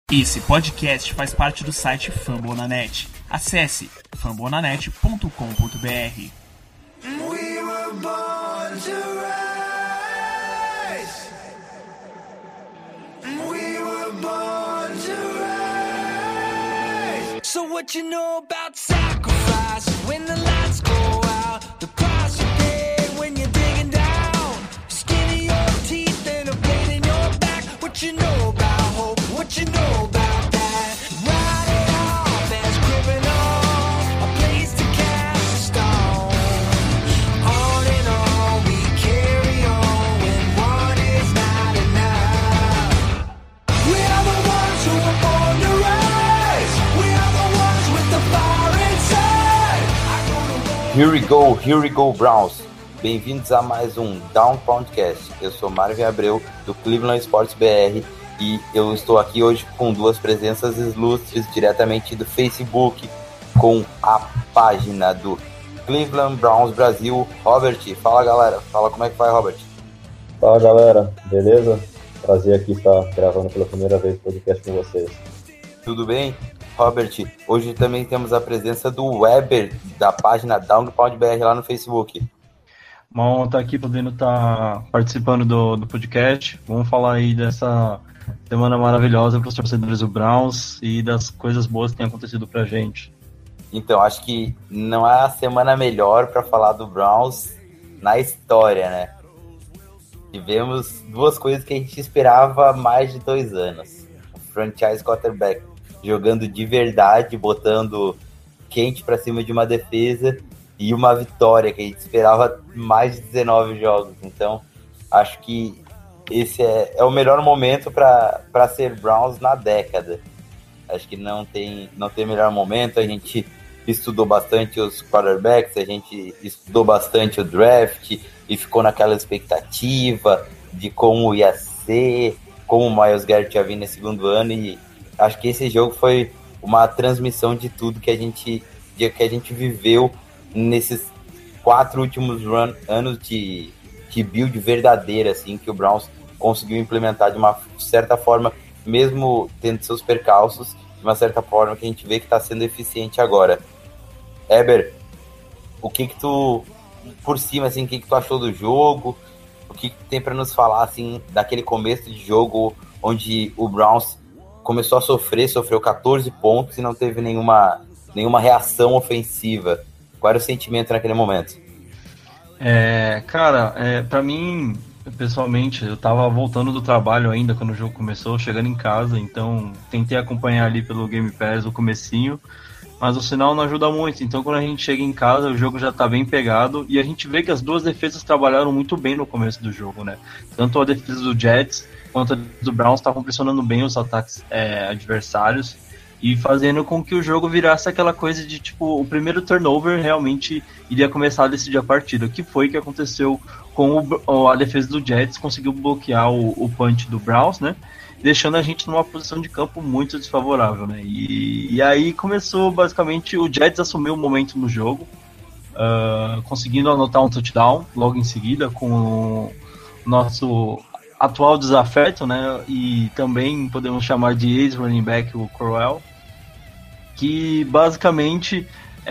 Esse podcast faz parte do site Fambonanet. Acesse fambonanet.com.br. We were born to rise. We were born to rise. So what you know about sacrifice when the lights go out? The price you pay when you're digging down. Skin of your teeth and a blade in your back. What you know about hope? What you know about that? Write it off as criminal, a place to cast a stone. On and on we carry on when one is not enough. We are the ones who were born to rise. We are the ones with the fire inside. Here we go, Browns. Bem-vindos a mais um Down Podcast. Eu sou Marvin Abreu, do Cleveland Sports BR. E eu estou aqui hoje com duas presenças ilustres diretamente do Facebook, com a página do Cleveland Browns Brasil. Robert, fala galera, fala como é que vai, Robert? Fala galera, beleza? Prazer aqui estar gravando pela primeira vez o podcast com vocês. Tudo bem? Robert, hoje também temos a presença do Weber, da página Down.br lá no Facebook. Uma honra estar aqui podendo estar participando do podcast. Vamos falar aí dessa semana maravilhosa para os torcedores do Browns e das coisas boas que têm acontecido pra gente. Então, acho que não há a semana melhor para falar do Browns na história, né? Tivemos duas coisas que a gente esperava há mais de 2 anos. O franchise quarterback jogando de verdade, botando quente para cima de uma defesa e uma vitória que a gente esperava mais de 19 jogos. Então, acho que esse é o melhor momento para ser Browns na década. Acho que não tem melhor momento. A gente estudou bastante os quarterbacks, a gente estudou bastante o draft e ficou naquela expectativa de como ia ser, como o Myles Garrett ia vir no segundo ano, e acho que esse jogo foi uma transmissão de tudo que a gente viveu nesses 4 últimos anos de build verdadeira, assim, que o Browns conseguiu implementar de uma certa forma, mesmo tendo seus percalços, de uma certa forma que a gente vê que está sendo eficiente agora. Eber, o que tu, por cima, assim, o que tu achou do jogo? O que tem para nos falar, assim, daquele começo de jogo onde o Browns começou a sofreu 14 pontos e não teve nenhuma reação ofensiva? Qual era o sentimento naquele momento? Pra mim, pessoalmente, eu tava voltando do trabalho ainda quando o jogo começou, chegando em casa, então tentei acompanhar ali pelo Game Pass o comecinho, mas o sinal não ajuda muito, então quando a gente chega em casa o jogo já tá bem pegado, e a gente vê que as duas defesas trabalharam muito bem no começo do jogo, né? Tanto a defesa do Jets quanto a do Browns estavam pressionando bem os ataques adversários, e fazendo com que o jogo virasse aquela coisa de, tipo, o primeiro turnover realmente iria começar a decidir a partida, o que foi que aconteceu com a defesa do Jets, conseguiu bloquear o punch do Browns, né, deixando a gente numa posição de campo muito desfavorável, né, e aí começou, basicamente, o Jets assumiu o momento no jogo, conseguindo anotar um touchdown logo em seguida, com o nosso atual desafeto, né, e também podemos chamar de ex-running back, o Crowell, que basicamente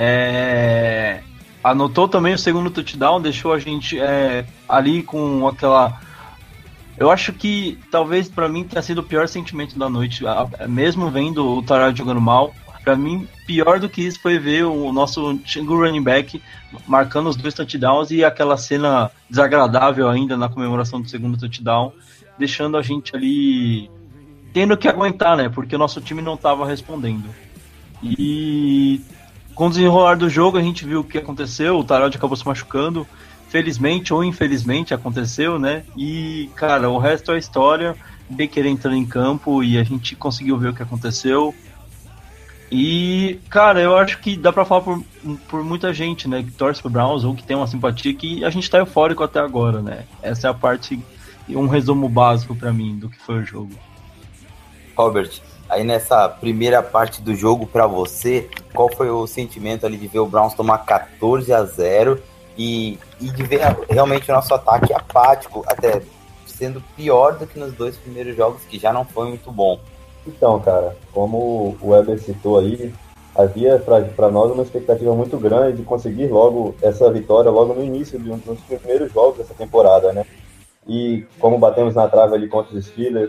anotou também o segundo touchdown, deixou a gente ali com aquela... Eu acho que talvez para mim tenha sido o pior sentimento da noite, mesmo vendo o Tyrod jogando mal. Para mim, pior do que isso foi ver o nosso antigo running back marcando os 2 touchdowns e aquela cena desagradável ainda na comemoração do segundo touchdown, deixando a gente ali tendo que aguentar, né? Porque o nosso time não estava respondendo. E com o desenrolar do jogo a gente viu o que aconteceu, o Tyrod acabou se machucando, felizmente ou infelizmente aconteceu, né? E, cara, o resto é história, Baker entrando em campo e a gente conseguiu ver o que aconteceu. E, cara, eu acho que dá pra falar por muita gente, né, que torce pro Browns ou que tem uma simpatia, que a gente tá eufórico até agora, né. Essa é a parte, um resumo básico pra mim do que foi o jogo. Robert, aí nessa primeira parte do jogo pra você, qual foi o sentimento ali de ver o Browns tomar 14-0 e de ver realmente o nosso ataque apático, até sendo pior do que nos 2 primeiros jogos, que já não foi muito bom? Então, cara, como o Weber citou aí, havia para nós uma expectativa muito grande de conseguir logo essa vitória logo no início de um dos primeiros jogos dessa temporada, né? E como batemos na trave ali contra os Steelers,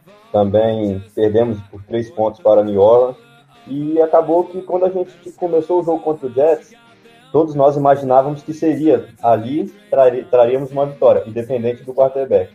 também perdemos por 3 pontos para New Orleans. E acabou que quando a gente começou o jogo contra o Jets, todos nós imaginávamos que seria ali, traríamos uma vitória, independente do quarterback.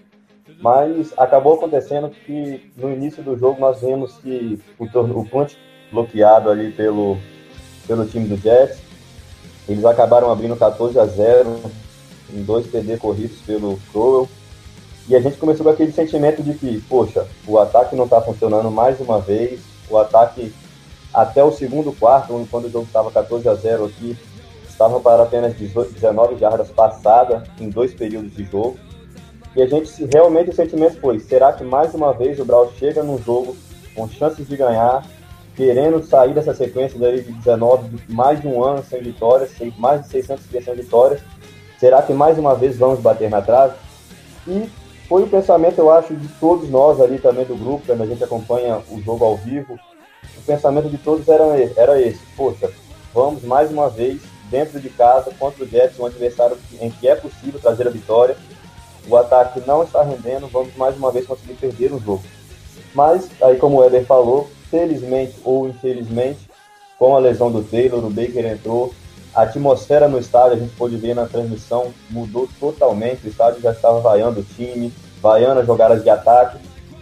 Mas acabou acontecendo que no início do jogo nós vimos que o punch bloqueado ali pelo time do Jets, eles acabaram abrindo 14-0 em 2 TD corridos pelo Crowell. E a gente começou com aquele sentimento de que, poxa, o ataque não está funcionando mais uma vez, o ataque até o segundo quarto, quando o jogo estava 14-0 aqui, estava para apenas 19 jardas passadas em 2 períodos de jogo. E a gente, realmente, o sentimento foi, será que mais uma vez o Browns chega num jogo com chances de ganhar, querendo sair dessa sequência daí de 19, de mais de um ano sem vitórias, mais de 600 dias sem vitórias, será que mais uma vez vamos bater na trave? E foi o pensamento, eu acho, de todos nós ali também do grupo, quando a gente acompanha o jogo ao vivo, o pensamento de todos era esse, poxa, vamos mais uma vez, dentro de casa, contra o Jets, um adversário em que é possível trazer a vitória, o ataque não está rendendo, vamos mais uma vez conseguir perder o jogo. Mas, aí como o Weber falou, felizmente ou infelizmente, com a lesão do Taylor, o Baker entrou, a atmosfera no estádio, a gente pôde ver na transmissão, mudou totalmente, o estádio já estava vaiando o time, vaiando as jogadas de ataque,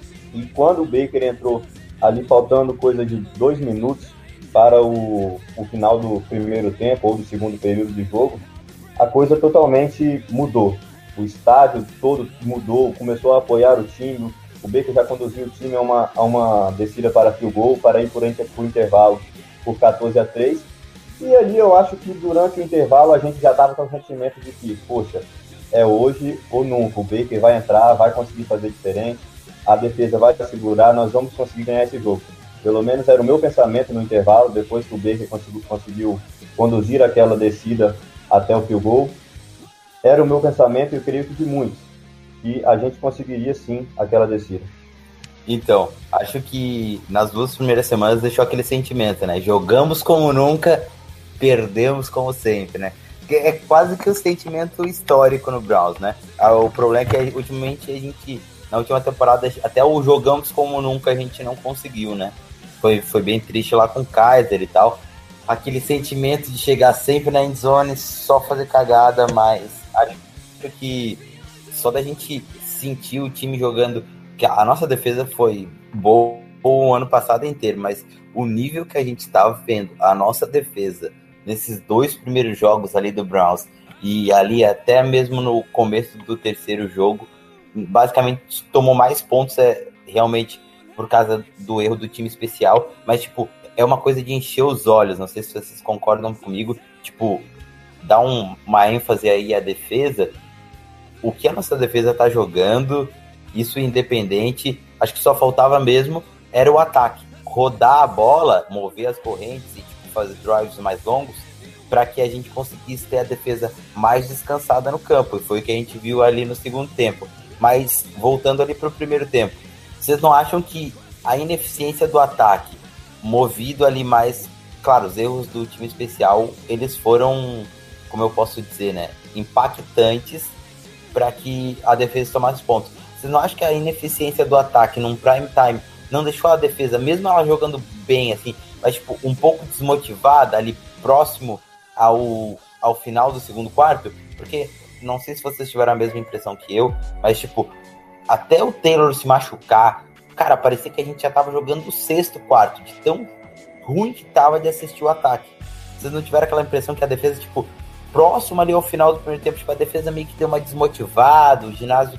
e quando o Baker entrou, ali faltando coisa de 2 minutos para o final do primeiro tempo ou do segundo período de jogo, a coisa totalmente mudou. O estádio todo mudou, começou a apoiar o time, o Baker já conduziu o time a uma descida para field goal, para ir por intervalo por 14-3, e ali eu acho que durante o intervalo a gente já estava com o sentimento de que, poxa, é hoje ou nunca, o Baker vai entrar, vai conseguir fazer diferente, a defesa vai segurar, nós vamos conseguir ganhar esse jogo. Pelo menos era o meu pensamento no intervalo, depois que o Baker conseguiu conduzir aquela descida até o field goal. Era o meu pensamento e eu creio que de muitos. E a gente conseguiria sim aquela descida. Então, acho que nas 2 primeiras semanas deixou aquele sentimento, né? Jogamos como nunca, perdemos como sempre, né? É quase que o sentimento histórico no Browns, né? O problema é que ultimamente a gente, na última temporada, até o jogamos como nunca a gente não conseguiu, né? Foi bem triste lá com o Kaiser e tal. Aquele sentimento de chegar sempre na endzone, só fazer cagada, mas acho que só da gente sentir o time jogando, que a nossa defesa foi boa o ano passado inteiro, mas o nível que a gente estava vendo, a nossa defesa, nesses 2 primeiros jogos ali do Browns, e ali até mesmo no começo do terceiro jogo, basicamente tomou mais pontos, realmente por causa do erro do time especial, mas tipo, é uma coisa de encher os olhos, não sei se vocês concordam comigo, tipo, dá uma ênfase aí à defesa, o que a nossa defesa tá jogando, isso independente, acho que só faltava mesmo, era o ataque, rodar a bola, mover as correntes e tipo, fazer drives mais longos, para que a gente conseguisse ter a defesa mais descansada no campo, e foi o que a gente viu ali no segundo tempo. Mas, voltando ali para o primeiro tempo, vocês não acham que a ineficiência do ataque, movido ali mais, claro, os erros do time especial, eles foram, como eu posso dizer, né, impactantes para que a defesa tomasse pontos. Vocês não acham que a ineficiência do ataque num prime time não deixou a defesa, mesmo ela jogando bem, assim, mas tipo, um pouco desmotivada ali próximo ao final do segundo quarto? Porque não sei se vocês tiveram a mesma impressão que eu, mas tipo, até o Taylor se machucar, cara, parecia que a gente já tava jogando o 6º quarto, de tão ruim que tava de assistir o ataque. Vocês não tiveram aquela impressão que a defesa, tipo, próximo ali ao final do primeiro tempo, tipo, a defesa meio que deu uma desmotivada, o ginásio,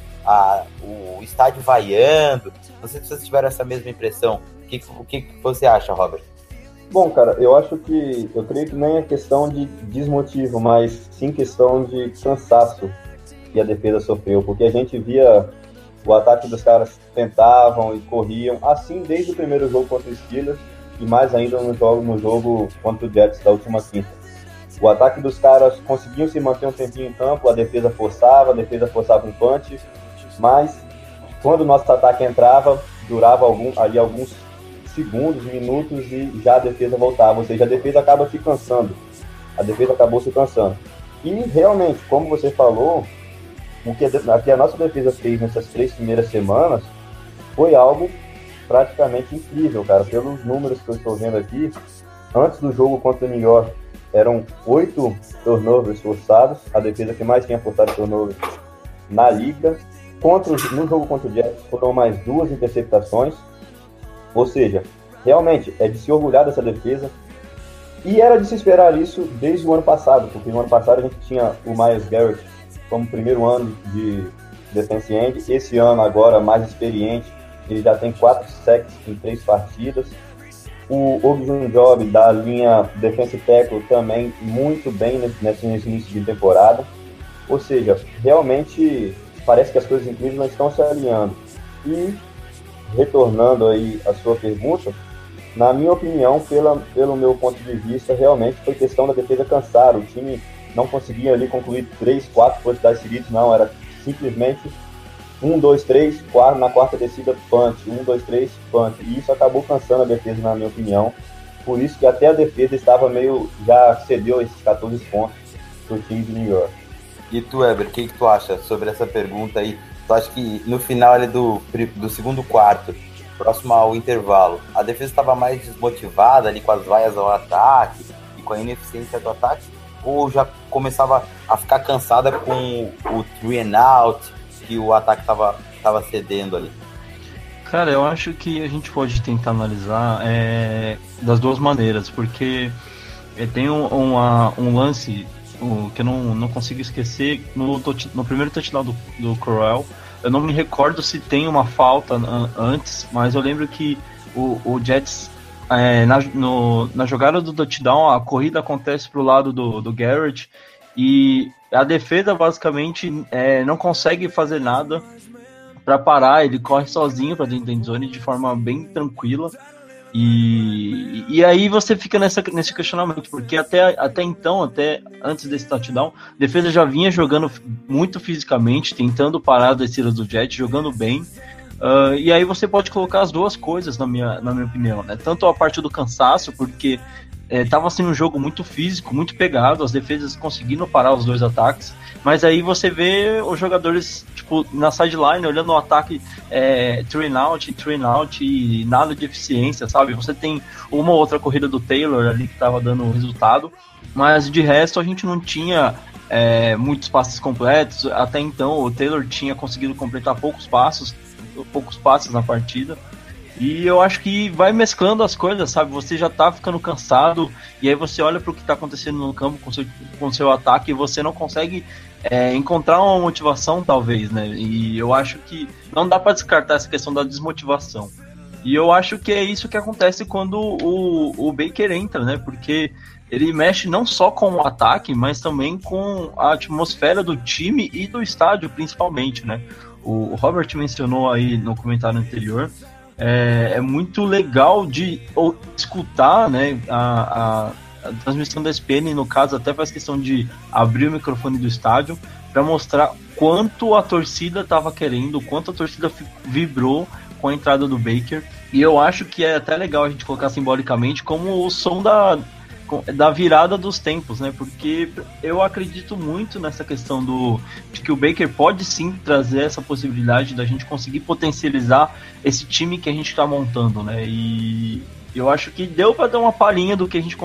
o estádio vaiando? Não sei se vocês tiveram essa mesma impressão. O que você acha, Robert? Bom, cara, eu creio que nem é questão de desmotivo, mas sim questão de cansaço que a defesa sofreu, porque a gente via o ataque dos caras tentavam e corriam, assim desde o primeiro jogo contra o Steelers e mais ainda no jogo contra o Jets da última quinta. O ataque dos caras conseguiam se manter um tempinho em campo, a defesa forçava um punch, mas quando o nosso ataque entrava, durava alguns segundos, minutos e já a defesa voltava, ou seja, a defesa acaba se cansando. A defesa acabou se cansando. E realmente, como você falou, o que a nossa defesa fez nessas 3 primeiras semanas foi algo praticamente incrível, cara. Pelos números que eu estou vendo aqui, antes do jogo contra o New York, eram 8 turnovers forçados, a defesa que mais tinha forçado turnovers na liga. No jogo contra o Jets foram mais 2 interceptações, ou seja, realmente é de se orgulhar dessa defesa, e era de se esperar isso desde o ano passado, porque no ano passado a gente tinha o Myles Garrett como primeiro ano de defense end, esse ano agora mais experiente, ele já tem 4 sacks em 3 partidas, o Ogunjobi da linha defensive tackle também muito bem nesse início de temporada, ou seja, realmente parece que as coisas em Cleveland estão se alinhando. E, retornando aí a sua pergunta, na minha opinião, pelo meu ponto de vista, realmente foi questão da defesa cansar. O time não conseguia ali concluir 3, 4 touchdowns seguidos, não, era simplesmente 1, 2, 3, na quarta descida, punch, 1, 2, 3, punch. E isso acabou cansando a defesa, na minha opinião. Por isso que até a defesa estava já cedeu esses 14 pontos para o time de New York. E tu, Weber, o que tu acha sobre essa pergunta aí? Tu acha que no final ali do segundo quarto, próximo ao intervalo, a defesa estava mais desmotivada ali com as vaias ao ataque e com a ineficiência do ataque? Ou já começava a ficar cansada com o 3 and out que o ataque estava cedendo ali? Cara, eu acho que a gente pode tentar analisar das duas maneiras, porque tem um lance que eu não consigo esquecer no primeiro touchdown do Corral. Eu não me recordo se tem uma falta antes, mas eu lembro que o Jets, na jogada do touchdown, a corrida acontece pro lado do Garrett e a defesa basicamente não consegue fazer nada para parar, ele corre sozinho para dentro da endzone de forma bem tranquila. E aí você fica nesse questionamento, porque até então, até antes desse touchdown, a defesa já vinha jogando muito fisicamente, tentando parar a descida do Jet, jogando bem. E aí você pode colocar as duas coisas, na minha opinião, né? Tanto a parte do cansaço, porque estava sendo um jogo muito físico, muito pegado, as defesas conseguindo parar os dois ataques, mas aí você vê os jogadores tipo, na sideline, olhando o ataque three out e nada de eficiência, sabe? Você tem uma ou outra corrida do Taylor ali que estava dando resultado, mas de resto a gente não tinha muitos passes completos. Até então o Taylor tinha conseguido completar poucos passes na partida. E eu acho que vai mesclando as coisas, sabe? Você já tá ficando cansado, e aí você olha pro que tá acontecendo no campo com seu ataque e você não consegue encontrar uma motivação, talvez, né? E eu acho que não dá para descartar essa questão da desmotivação. E eu acho que é isso que acontece quando o Baker entra, né? Porque ele mexe não só com o ataque, mas também com a atmosfera do time e do estádio, principalmente, né? O Robert mencionou aí no comentário anterior. É muito legal de escutar, né, a transmissão da ESPN, no caso até faz questão de abrir o microfone do estádio para mostrar quanto a torcida estava querendo, quanto a torcida vibrou com a entrada do Baker. E eu acho que é até legal a gente colocar simbolicamente como o som da virada dos tempos, né? Porque eu acredito muito nessa questão de que o Baker pode sim trazer essa possibilidade da gente conseguir potencializar esse time que a gente está montando, né? E eu acho que deu para dar uma palhinha do que a gente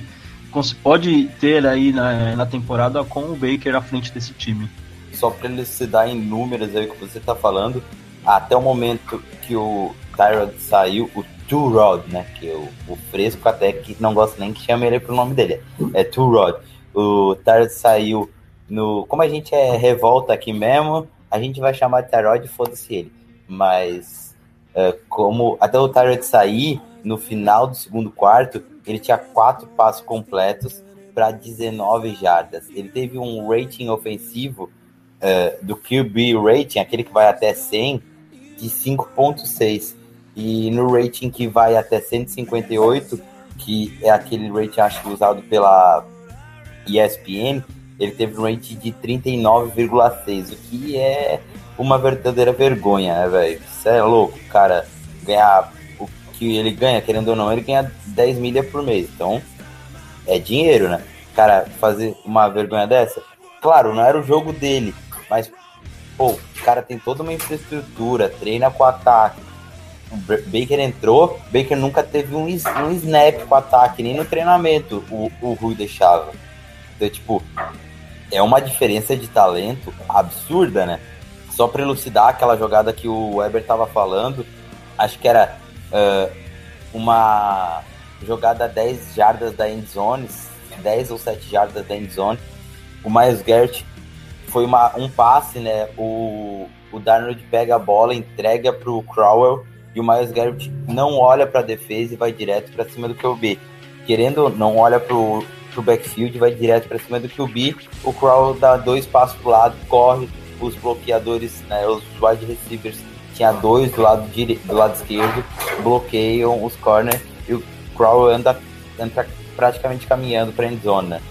pode ter aí na temporada com o Baker à frente desse time. Só para elucidar em números aí que você está falando, até o momento que o Tyrod saiu, o Two-Rod, né, que o Fresco até que não gosta nem que chame ele pro nome dele, é Two-Rod. O Tyrod saiu como a gente é revolta aqui mesmo, a gente vai chamar de Tyrod e foda-se ele. Mas como até o Tyrod sair, no final do segundo quarto, ele tinha 4 passos completos para 19 jardas. Ele teve um rating ofensivo do QB rating, aquele que vai até 100, de 5.6. E no rating que vai até 158, que é aquele rating, acho que usado pela ESPN, ele teve um rating de 39,6, o que é uma verdadeira vergonha, né, velho? Isso é louco, cara, ganhar o que ele ganha, querendo ou não, ele ganha 10 milha por mês. Então, é dinheiro, né? Cara, fazer uma vergonha dessa, claro, não era o jogo dele, mas, pô, o cara tem toda uma infraestrutura, treina com ataque. O Baker entrou, Baker nunca teve um snap com ataque, nem no treinamento o Rui deixava. Então, tipo, é uma diferença de talento absurda, né? Só para elucidar aquela jogada que o Weber tava falando, acho que era uma jogada 10 jardas da endzone, 10 ou 7 jardas da endzone. O Myles Garrett foi um passe, né? O Darnold pega a bola, entrega pro Crowell e o Myles Garrett não olha para a defesa e vai direto para cima do QB. Querendo, não olha pro backfield, vai direto para cima do QB. O Crowell dá 2 passos pro lado, corre. Os bloqueadores, né, os wide receivers, tinha 2 do lado esquerdo, bloqueiam os corners e o Crowell entra praticamente caminhando para a endzone, né?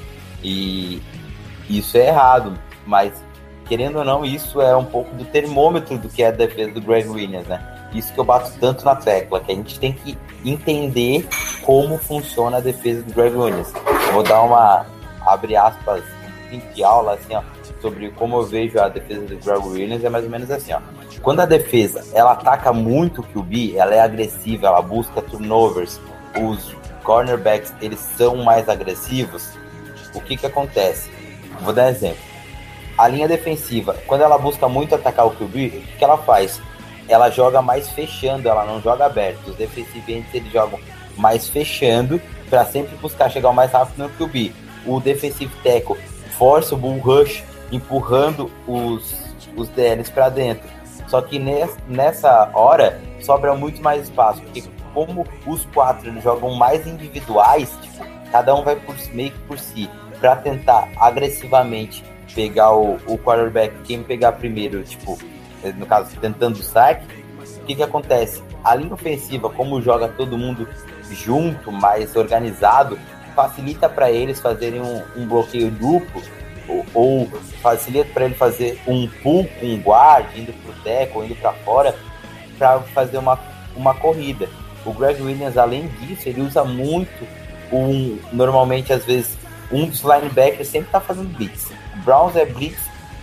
E isso é errado, mas querendo ou não, isso é um pouco do termômetro do que é a defesa do Greg Williams, né? Isso que eu bato tanto na tecla, que a gente tem que entender como funciona a defesa do Greg Williams. Eu vou dar uma, abre aspas, de aula, assim, ó, sobre como eu vejo a defesa do Greg Williams, é mais ou menos assim, ó. Quando a defesa, ela ataca muito o QB, ela é agressiva, ela busca turnovers, os cornerbacks, eles são mais agressivos, o que acontece? Vou dar um exemplo. A linha defensiva, quando ela busca muito atacar o QB, o que ela faz? Ela joga mais fechando, ela não joga aberto. Os defensivos, eles jogam mais fechando, para sempre buscar chegar o mais rápido no QB. O defensive tackle força o bull rush, empurrando os DLs para dentro. Só que nessa hora sobra muito mais espaço, porque como os 4 eles jogam mais individuais, tipo, cada um vai meio que por si, para tentar agressivamente pegar o quarterback, quem pegar primeiro, tipo, no caso, tentando o saque, o que acontece? A linha ofensiva, como joga todo mundo junto, mais organizado, facilita para eles fazerem um bloqueio duplo, ou facilita para ele fazer um pull com um guard, indo pro tackle, indo para fora, para fazer uma corrida. O Greg Williams, além disso, ele usa muito normalmente, às vezes, um dos linebackers sempre tá fazendo blitz. O Browns é blitz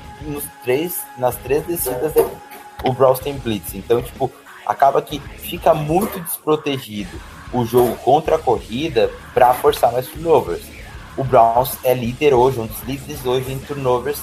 nas 3 descidas, o Browns tem blitz. Então, tipo, acaba que fica muito desprotegido o jogo contra a corrida para forçar mais turnovers. O Browns é líder hoje, um dos líderes hoje em turnovers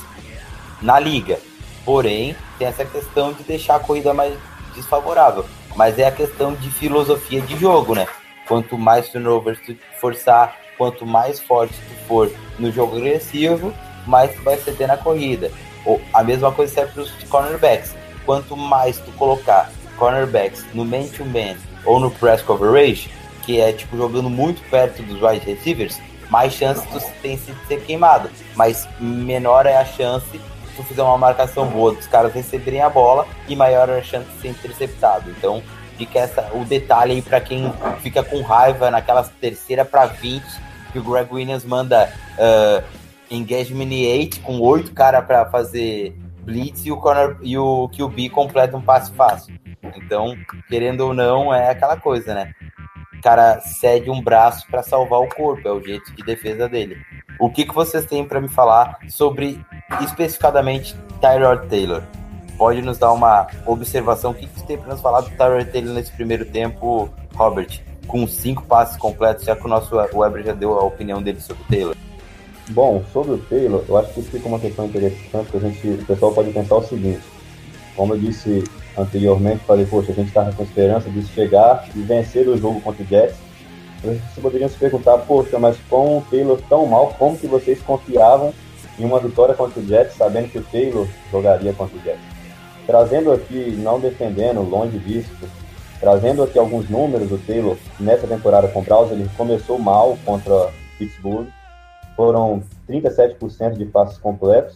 na liga. Porém, tem essa questão de deixar a corrida mais desfavorável. Mas é a questão de filosofia de jogo, né? Quanto mais turnovers tu forçar, quanto mais forte tu for no jogo agressivo, mais tu vai ceder na corrida. Ou a mesma coisa serve para os cornerbacks. Quanto mais tu colocar cornerbacks no man-to-man ou no press coverage, que é tipo jogando muito perto dos wide receivers, mais chance tu tem de ser queimado. Mas menor é a chance se tu fizer uma marcação boa dos caras receberem a bola e maior é a chance de ser interceptado. Então fica o detalhe aí para quem fica com raiva naquelas 3ª para 20 que o Greg Williams manda engagement 8 com 8 caras para fazer blitz e o QB completa um passe fácil. Então, querendo ou não, é aquela coisa, né? O cara cede um braço para salvar o corpo, é o jeito de defesa dele. O que vocês têm para me falar sobre, especificadamente, Tyrod Taylor? Pode nos dar uma observação? O que você tem para nos falar do Tyrod Taylor nesse primeiro tempo, Robert? Com 5 passes completos, já que o nosso Weber já deu a opinião dele sobre o Taylor. Bom, sobre o Taylor, eu acho que fica uma questão interessante, que o pessoal pode pensar o seguinte. Como eu disse anteriormente, falei, poxa, a gente estava com esperança de chegar e vencer o jogo contra o Jets. Vocês poderiam se perguntar, poxa, mas com o Taylor tão mal, como que vocês confiavam em uma vitória contra o Jets, sabendo que o Taylor jogaria contra o Jets? Trazendo aqui, não defendendo, longe disso, trazendo aqui alguns números do Taylor nessa temporada com o Browns, ele começou mal contra Pittsburgh, foram 37% de passes completos,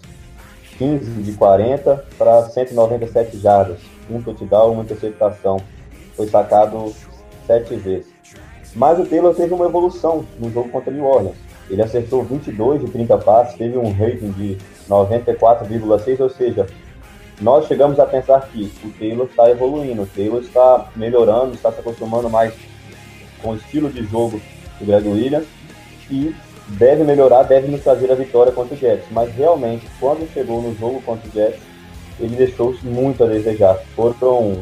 15 de 40 para 197 jardas, um touchdown, uma interceptação, foi sacado 7 vezes. Mas o Taylor teve uma evolução no jogo contra New Orleans. Ele acertou 22 de 30 passes, teve um rating de 94,6, ou seja, nós chegamos a pensar que o Taylor está evoluindo, o Taylor está melhorando, está se acostumando mais com o estilo de jogo do Greg Williams, e deve melhorar, deve nos trazer a vitória contra o Jets. Mas realmente, quando chegou no jogo contra o Jets, ele deixou muito a desejar. Foram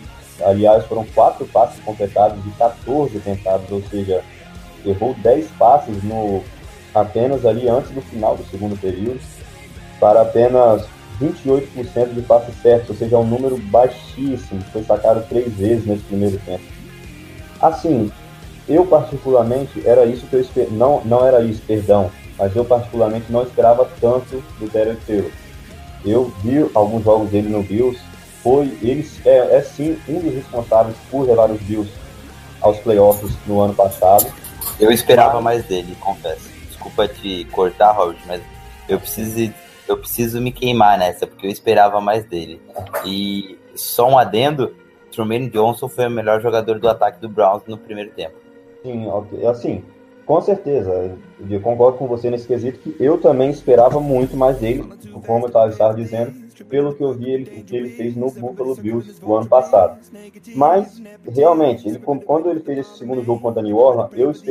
4 passes completados de 14 tentados, ou seja, errou 10 passes apenas ali antes do final do segundo período, para apenas 28% de passes certos, ou seja, é um número baixíssimo. Foi sacado 3 vezes nesse primeiro tempo. Assim, eu particularmente, não era isso, perdão, mas eu particularmente não esperava tanto do Derek Taylor. Eu vi alguns jogos dele no Bills, ele é sim um dos responsáveis por levar os Bills aos playoffs no ano passado. Eu esperava mais dele, confesso. Desculpa te cortar, Howard, mas eu preciso me queimar nessa, porque eu esperava mais dele. E só um adendo, Trumaine Johnson foi o melhor jogador do ataque do Browns no primeiro tempo. Sim, assim, com certeza, eu concordo com você nesse quesito, que eu também esperava muito mais dele, como eu estava dizendo, pelo que eu vi o que ele fez no Buffalo Bills no ano passado. Mas, realmente, quando ele fez esse segundo jogo contra a New Orleans,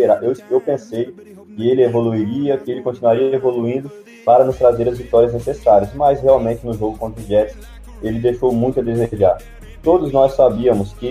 eu pensei que ele evoluiria, que ele continuaria evoluindo para nos trazer as vitórias necessárias. Mas, realmente, no jogo contra o Jets, ele deixou muito a desejar. Todos nós sabíamos que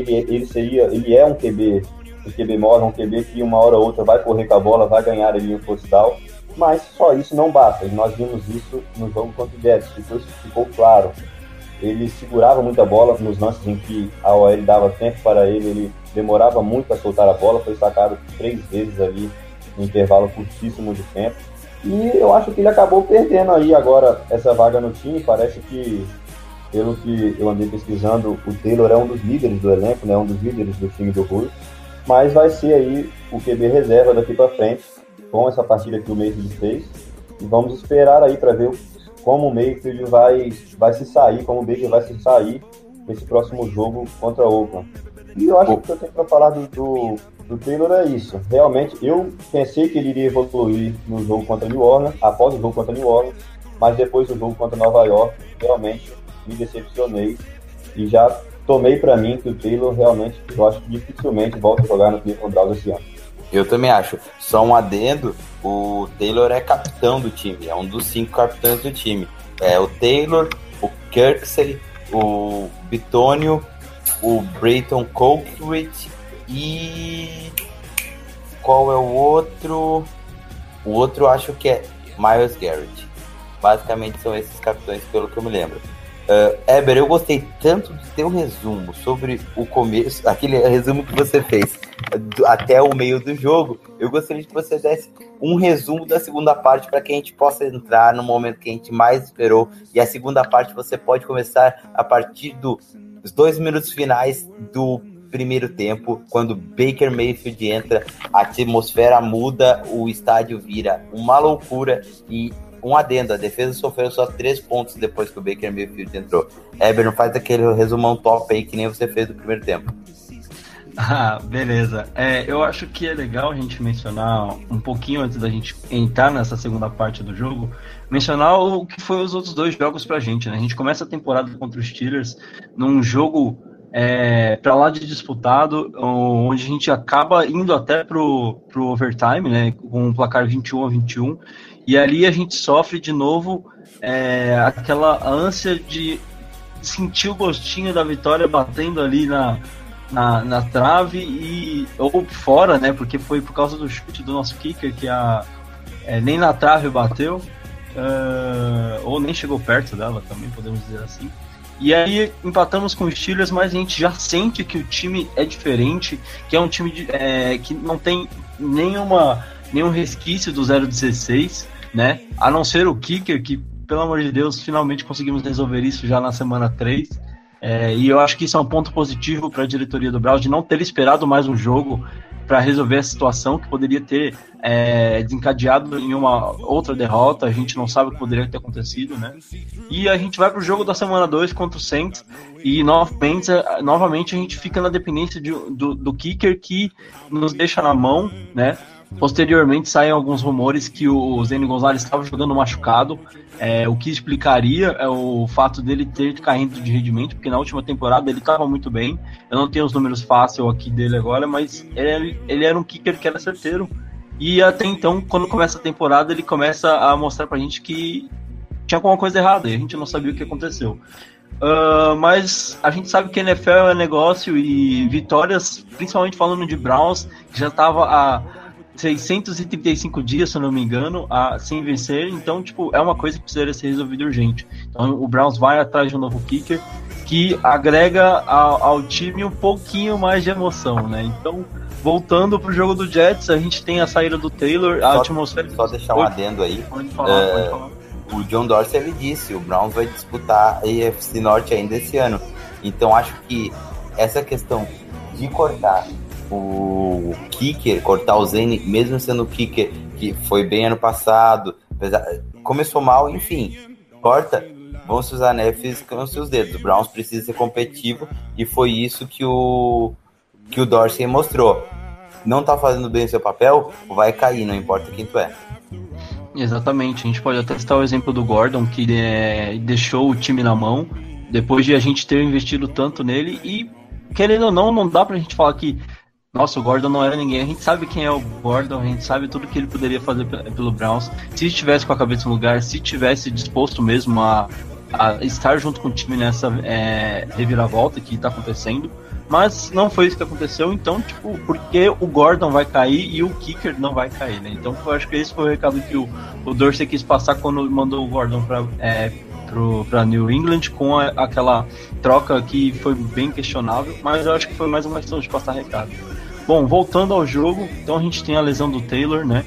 ele é um QB móvel, um QB que uma hora ou outra vai correr com a bola, vai ganhar ali um touchdown, mas só isso não basta. E nós vimos isso no jogo contra o Jets, ficou claro. Ele segurava muita bola nos lances em que a OL dava tempo para ele demorava muito a soltar a bola, foi sacado 3 vezes ali no intervalo curtíssimo de tempo. E eu acho que ele acabou perdendo aí agora essa vaga no time. Parece que, pelo que eu andei pesquisando, o Taylor é um dos líderes do elenco, né, um dos líderes do time do Rui. Mas vai ser aí o QB reserva daqui para frente, com essa partida que o Mayfield fez. E vamos esperar aí para ver como o Mayfield vai se sair, como o Baker vai se sair nesse próximo jogo contra o Oakland. E eu acho que o que eu tenho para falar do Taylor é isso. Realmente, eu pensei que ele iria evoluir no jogo contra New Orleans, após o jogo contra New Orleans, mas depois do jogo contra Nova York, realmente me decepcionei e já tomei para mim que o Taylor realmente, eu acho que dificilmente volta a jogar no Cleveland Browns esse ano. Eu também acho. Só um adendo, o Taylor é capitão do time, é um dos 5 capitães do time. É o Taylor, o Kirksey, o Bitonio, o Brayton Colquitt e... qual é o outro? O outro acho que é Myles Garrett. Basicamente são esses capitães, pelo que eu me lembro. Eber, eu gostei tanto do teu resumo sobre o começo, aquele resumo que você fez até o meio do jogo. Eu gostaria que você desse um resumo da segunda parte para que a gente possa entrar no momento que a gente mais esperou. E a segunda parte você pode começar a partir dos 2 minutos finais do primeiro tempo, quando Baker Mayfield entra, a atmosfera muda, o estádio vira uma loucura. E um adendo, a defesa sofreu só 3 pontos depois que o Baker Mayfield entrou. Eber, não faz aquele resumão top aí que nem você fez no primeiro tempo. Ah, beleza. Eu acho que é legal a gente mencionar um pouquinho antes da gente entrar nessa segunda parte do jogo, mencionar o que foi os outros 2 jogos pra gente, né? A gente começa a temporada contra os Steelers num jogo pra lá de disputado, onde a gente acaba indo até pro overtime, né? Com um placar 21-21, e ali a gente sofre de novo aquela ânsia de sentir o gostinho da vitória batendo ali na trave ou fora, né? Porque foi por causa do chute do nosso kicker que nem na trave bateu, ou nem chegou perto dela, também podemos dizer assim. E aí empatamos com os Steelers, mas a gente já sente que o time é diferente, que é um time que não tem nenhum resquício do 0-16, né? A não ser o kicker, que, pelo amor de Deus, finalmente conseguimos resolver isso já na semana 3. E eu acho que isso é um ponto positivo para a diretoria do Browns, de não ter esperado mais um jogo para resolver a situação, que poderia ter desencadeado em uma outra derrota. A gente não sabe o que poderia ter acontecido, né? E a gente vai para o jogo da semana 2 contra o Saints, e novamente a gente fica na dependência do kicker, que nos deixa na mão, né? Posteriormente saem alguns rumores que o Zane Gonzalez estava jogando machucado, o que explicaria o fato dele ter caído de rendimento, porque na última temporada ele estava muito bem. Eu não tenho os números fáceis aqui dele agora, mas ele era um kicker que era certeiro. E até então, quando começa a temporada, ele começa a mostrar pra gente que tinha alguma coisa errada, e a gente não sabia o que aconteceu. Mas a gente sabe que NFL é negócio, e vitórias, principalmente falando de Browns, que já estava há 635 dias, se eu não me engano, sem vencer. Então, tipo, é uma coisa que precisaria ser resolvida urgente. Então, o Browns vai atrás de um novo kicker que agrega ao time um pouquinho mais de emoção, né? Então, voltando pro jogo do Jets, a gente tem a saída do Taylor, a atmosfera... Só deixar um adendo aí. Pode falar. O John Dorsey, ele disse, o Browns vai disputar a AFC Norte ainda esse ano. Então, acho que essa questão de cortar o kicker, cortar o Zane, mesmo sendo o kicker que foi bem ano passado, começou mal, enfim, corta, vão se usar nefes com os seus dedos. O Browns precisa ser competitivo, e foi isso que o Dorsey mostrou. Não tá fazendo bem o seu papel, vai cair, não importa quem tu é. Exatamente, a gente pode até citar o exemplo do Gordon, que deixou o time na mão, depois de a gente ter investido tanto nele, e querendo ou não dá pra gente falar que nossa, o Gordon não era ninguém. A gente sabe quem é o Gordon, a gente sabe tudo que ele poderia fazer pelo Browns, se estivesse com a cabeça no lugar, se estivesse disposto mesmo a estar junto com o time nessa reviravolta que está acontecendo. Mas não foi isso que aconteceu. Então, tipo, porque o Gordon vai cair e o kicker não vai cair, né? Então, eu acho que esse foi o recado que o Dorsey quis passar quando mandou o Gordon para New England, com aquela troca que foi bem questionável, mas eu acho que foi mais uma questão de passar recado. Bom, voltando ao jogo, então a gente tem a lesão do Taylor, né?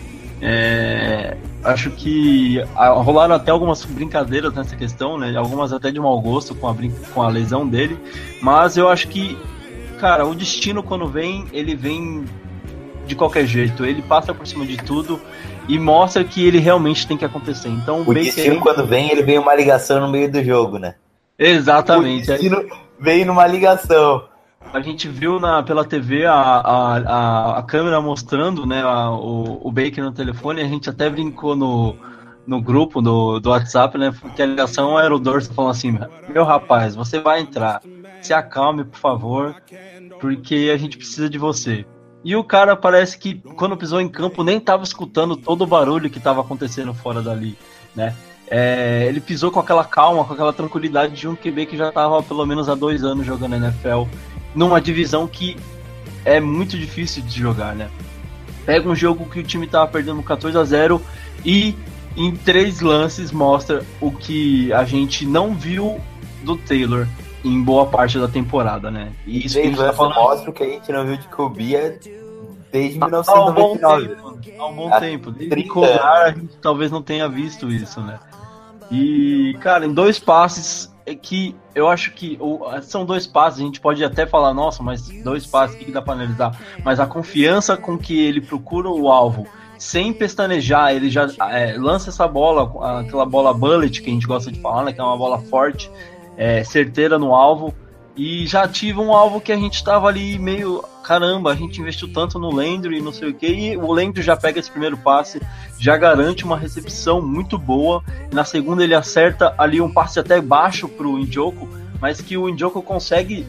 Acho que rolaram até algumas brincadeiras nessa questão, né? Algumas até de mau gosto com a lesão dele, mas eu acho que, cara, o destino quando vem, ele vem de qualquer jeito, ele passa por cima de tudo e mostra que ele realmente tem que acontecer. Então, o destino quando vem, ele vem uma ligação no meio do jogo, né? Exatamente. O destino vem numa ligação. A gente viu pela TV a câmera mostrando, né, o Baker no telefone. A gente até brincou no grupo do WhatsApp, né, que a ligação era o Dorsey falando assim: meu rapaz, você vai entrar, se acalme, por favor, porque a gente precisa de você. E o cara parece que quando pisou em campo nem estava escutando todo o barulho que estava acontecendo fora dali, né? Ele pisou com aquela calma, com aquela tranquilidade de um QB que já estava pelo menos há 2 anos jogando na NFL, numa divisão que é muito difícil de jogar, né? Pega um jogo que o time estava perdendo 14-0 e em 3 lances mostra o que a gente não viu do Taylor em boa parte da temporada, né? E isso que tá falando... mostra o que a gente não viu de Kubiak desde 1999. Há um bom tempo. Desde Kolar a gente talvez não tenha visto isso, né? E, cara, em 2 passes que eu acho que são 2 passes, a gente pode até falar, nossa, mas 2 passes, o que dá para analisar? Mas a confiança com que ele procura o alvo, sem pestanejar, ele já lança essa bola, aquela bola bullet que a gente gosta de falar, né, que é uma bola forte, certeira no alvo, e já ativa um alvo que a gente tava ali meio, caramba, a gente investiu tanto no Landry e não sei o que, e o Landry já pega esse primeiro passe, já garante uma recepção muito boa. Na segunda ele acerta ali um passe até baixo pro Njoku, mas que o Njoku consegue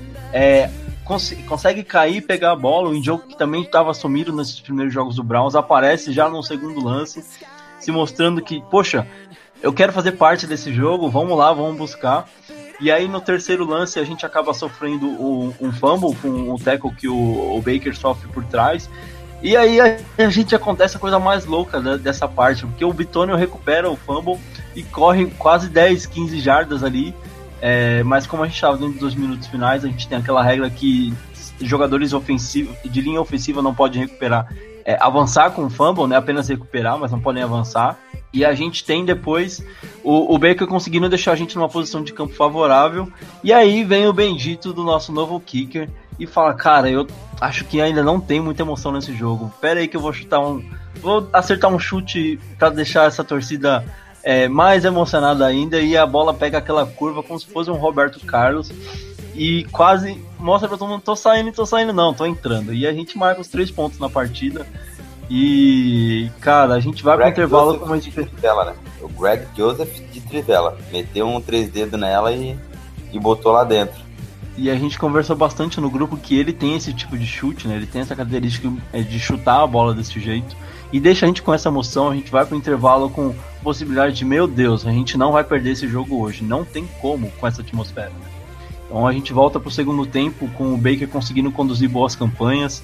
cair e pegar a bola. O Njoku, que também estava sumido nesses primeiros jogos do Browns, aparece já no segundo lance, se mostrando que, poxa, eu quero fazer parte desse jogo, vamos lá, vamos buscar. E aí no terceiro lance a gente acaba sofrendo um fumble com o tackle que o Baker sofre por trás. E aí a gente acontece a coisa mais louca dessa parte, porque o Bitonio recupera o fumble e corre quase 10, 15 jardas ali, mas como a gente estava dentro dos minutos finais, a gente tem aquela regra que jogadores ofensivos de linha ofensiva não podem recuperar, avançar com o fumble, né, apenas recuperar, mas não podem avançar. E a gente tem depois o Baker conseguindo deixar a gente numa posição de campo favorável, e aí vem o bendito do nosso novo kicker e fala, cara, eu acho que ainda não tem muita emoção nesse jogo. Pera aí que eu vou acertar um chute para deixar essa torcida mais emocionada ainda, e a bola pega aquela curva como se fosse um Roberto Carlos e quase mostra para todo mundo, tô saindo não, tô entrando. E a gente marca os 3 pontos na partida. E, cara, a gente vai pro intervalo Joseph como a de gente... Trivela, né? O Greg Joseph de Trivela. Meteu um 3 dedos nela e botou lá dentro. E a gente conversou bastante no grupo que ele tem esse tipo de chute, né? Ele tem essa característica de chutar a bola desse jeito. E deixa a gente com essa emoção, a gente vai pro intervalo com possibilidade de, meu Deus, a gente não vai perder esse jogo hoje. Não tem como com essa atmosfera, né? Então a gente volta pro segundo tempo com o Baker conseguindo conduzir boas campanhas.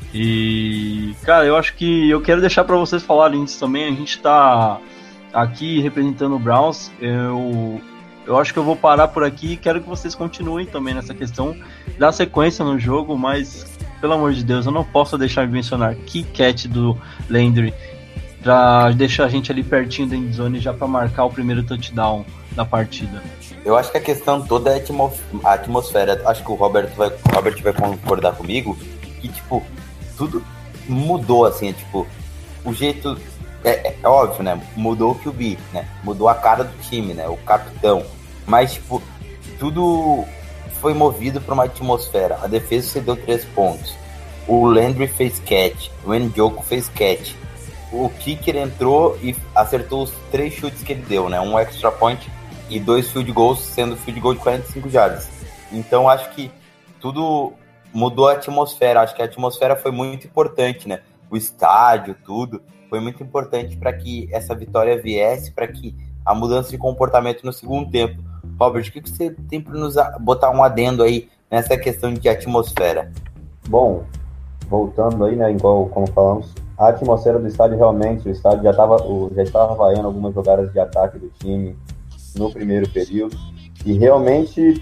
E, cara, eu acho que eu quero deixar para vocês falarem isso também. A gente tá aqui representando o Browns. Eu acho que eu vou parar por aqui e quero que vocês continuem também nessa questão da sequência no jogo, mas, pelo amor de Deus, eu não posso deixar de mencionar que catch do Landry pra deixar a gente ali pertinho da endzone já para marcar o primeiro touchdown da partida. Eu acho que a questão toda é a atmosfera. Acho que o Robert vai concordar comigo que, tipo, tudo mudou, assim, tipo, o jeito... É óbvio, né? Mudou o QB, né? Mudou a cara do time, né? O capitão. Mas, tipo, tudo foi movido por uma atmosfera. A defesa cedeu 3 pontos. O Landry fez catch. O Njoku fez catch. O kicker entrou e acertou os 3 chutes que ele deu, né? Um extra point e 2 field goals, sendo field goal de 45 jardas. Então, acho que tudo mudou a atmosfera. Acho que a atmosfera foi muito importante, né? O estádio, tudo, foi muito importante para que essa vitória viesse, para que a mudança de comportamento no segundo tempo. Robert, o que você tem para nos botar um adendo aí nessa questão de atmosfera? Bom, voltando aí, né, igual como falamos, a atmosfera do estádio realmente, o estádio já estava vaiando algumas jogadas de ataque do time no primeiro período, e realmente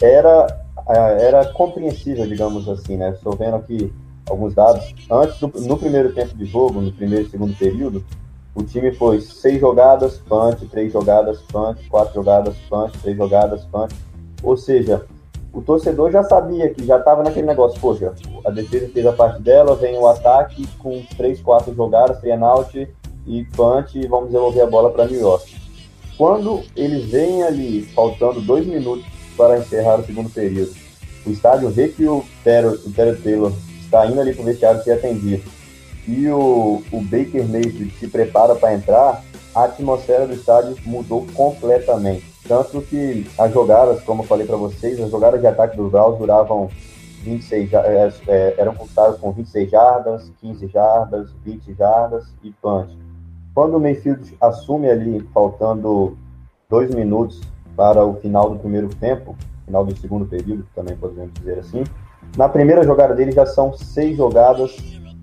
era compreensível, digamos assim, né? Estou vendo aqui alguns dados. No primeiro tempo de jogo, no primeiro e segundo período, o time foi 6 jogadas, punch, 3 jogadas, punch, 4 jogadas, punch, 3 jogadas, punch. Ou seja, o torcedor já sabia que já estava naquele negócio, poxa, a defesa fez a parte dela, vem o ataque com 3, 4 jogadas, 3 out e punch, e vamos devolver a bola para New York. Quando eles vêm ali, faltando 2 minutos para encerrar o segundo período, o estádio vê que o Terry Taylor está indo ali para o vestiário ser atendido, e o Baker Mayfield se prepara para entrar, a atmosfera do estádio mudou completamente. Tanto que as jogadas, como eu falei para vocês, as jogadas de ataque do Browns duravam 26, eram conquistadas com 26 jardas, 15 jardas, 20 jardas e punch. Quando o Mayfield assume ali, faltando 2 minutos para o final do primeiro tempo, final do segundo período, também podemos dizer assim, na primeira jogada dele já são 6 jogadas,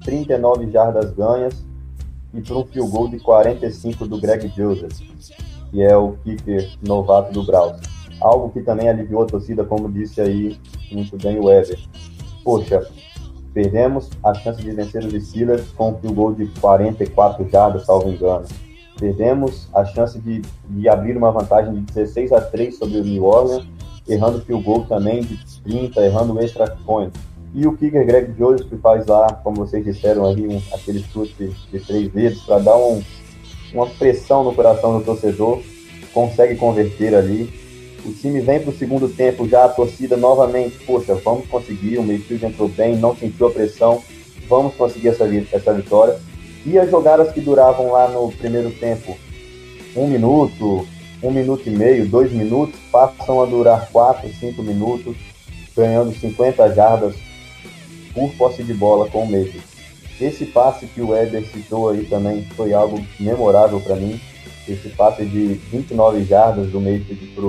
39 jardas ganhas e por um field goal de 45 do Greg Joseph, que é o kicker novato do Browns. Algo que também aliviou a torcida, como disse aí muito bem o Weber. Poxa, perdemos a chance de vencer os Steelers com um field goal de 44 jardas, salvo engano. Perdemos a chance de abrir uma vantagem de 16-3 sobre o New Orleans, errando field goal também de 30, errando o extra point. E o kicker Greg Joseph que faz lá, como vocês disseram ali, aquele chute de 3 dedos para dar uma pressão no coração do torcedor, consegue converter ali. O time vem para o segundo tempo, já a torcida novamente, poxa, vamos conseguir, o Mayfield entrou bem, não sentiu a pressão, vamos conseguir essa vitória. E as jogadas que duravam lá no primeiro tempo 1 minuto, 1 minuto e meio, 2 minutos, passam a durar 4, 5 minutos, ganhando 50 jardas por posse de bola com o Mayfield. Esse passe que o Weber citou aí também foi algo memorável para mim. Esse passe de 29 jardas do Mayfield para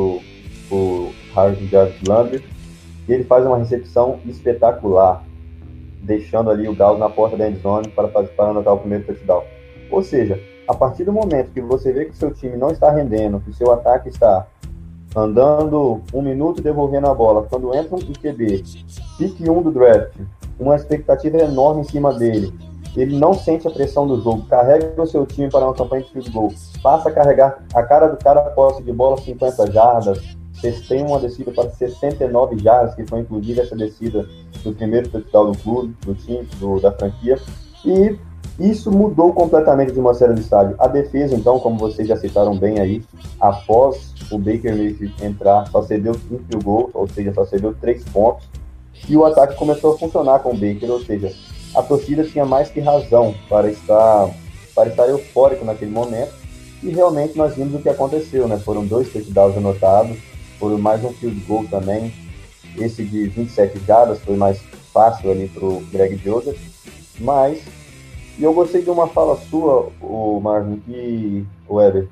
o Jarvis Landry. E ele faz uma recepção espetacular, deixando ali o Gauss na porta da endzone para anotar o primeiro touchdown. Ou seja, a partir do momento que você vê que o seu time não está rendendo, que o seu ataque está andando 1 minuto devolvendo a bola, quando entra um QB, pick 1 do draft, uma expectativa enorme em cima dele, ele não sente a pressão do jogo, carrega o seu time para uma campanha de field goal, passa a carregar a cara do cara a posse de bola 50 jardas, vocês têm uma descida para 69 jardas, que foi inclusive essa descida do primeiro touchdown do clube, do time, da franquia, e isso mudou completamente de uma série do estádio. A defesa, então, como vocês já citaram bem aí, após o Baker Mayfield entrar, só cedeu 5 field goals, ou seja, só cedeu 3 pontos, e o ataque começou a funcionar com o Baker, ou seja, a torcida tinha mais que razão para estar eufórico naquele momento, e realmente nós vimos o que aconteceu, né? Foram 2 touchdowns anotados, foram mais um field goal também, esse de 27 jardas foi mais fácil ali para o Greg Joseph, mas, e eu gostei de uma fala sua, o Marvin, que, o Weber,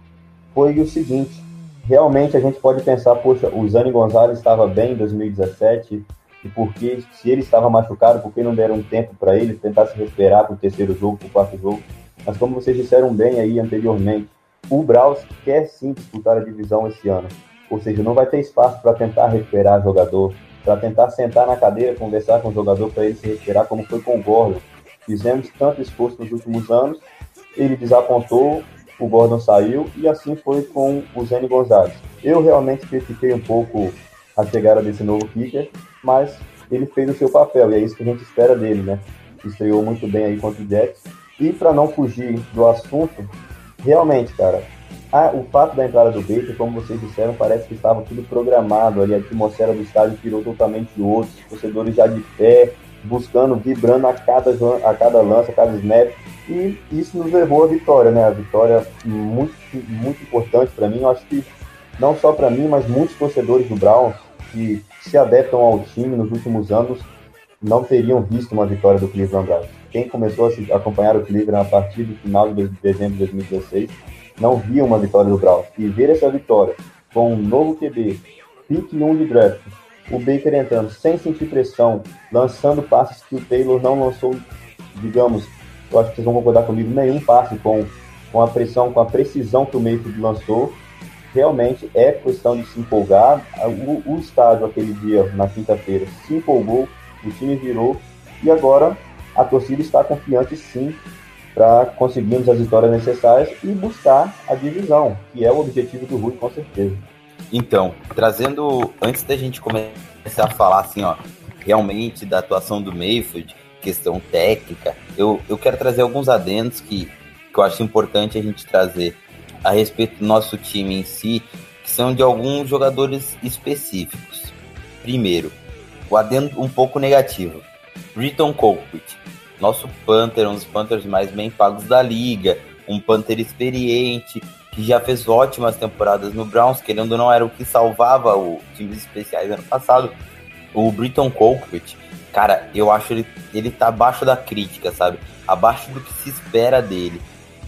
foi o seguinte: realmente a gente pode pensar, poxa, o Zane Gonzalez estava bem em 2017, e porque, se ele estava machucado, por que não deram um tempo para ele tentar se recuperar para o terceiro jogo, para o quarto jogo? Mas como vocês disseram bem aí anteriormente, o Browns quer sim disputar a divisão esse ano, ou seja, não vai ter espaço para tentar recuperar jogador, para tentar sentar na cadeira, conversar com o jogador para ele se recuperar, como foi com o Gordon. Fizemos tanto esforço nos últimos anos, ele desapontou, o Gordon saiu, e assim foi com o Zane Gonzalez. Eu realmente critiquei um pouco a chegada desse novo kicker, mas ele fez o seu papel, e é isso que a gente espera dele, né? Estreou muito bem aí contra o Jets. E para não fugir do assunto, realmente, cara, o fato da entrada do Baker, como vocês disseram, parece que estava tudo programado ali, a atmosfera do estádio virou totalmente outra, os torcedores já de pé, buscando, vibrando a cada lance, a cada snap, e isso nos levou à vitória, né? A vitória muito, muito importante para mim. Eu acho que não só para mim, mas muitos torcedores do Browns que se adaptam ao time nos últimos anos não teriam visto uma vitória do Cleveland Browns. Quem começou a acompanhar o Cleveland a partir do final de dezembro de 2016 não via uma vitória do Browns. E ver essa vitória com um novo QB, pick 1 de draft, o Baker entrando sem sentir pressão, lançando passes que o Taylor não lançou, digamos, eu acho que vocês vão concordar comigo, nenhum passe com a pressão, com a precisão que o Mayfield lançou. Realmente é questão de se empolgar. O estádio aquele dia, na quinta-feira, se empolgou, o time virou, e agora a torcida está confiante sim para conseguirmos as vitórias necessárias e buscar a divisão, que é o objetivo do Rui, com certeza. Então, trazendo, antes da gente começar a falar assim, ó, realmente da atuação do Mayfield, questão técnica, eu quero trazer alguns adendos que eu acho importante a gente trazer a respeito do nosso time em si, que são de alguns jogadores específicos. Primeiro, o adendo um pouco negativo. Britton Colquitt, nosso Panther, um dos Panthers mais bem pagos da liga, um Panther experiente, que já fez ótimas temporadas no Browns, querendo ou não, era o que salvava o times especiais ano passado. O Britton Colquitt, cara, eu acho ele tá abaixo da crítica, sabe? Abaixo do que se espera dele.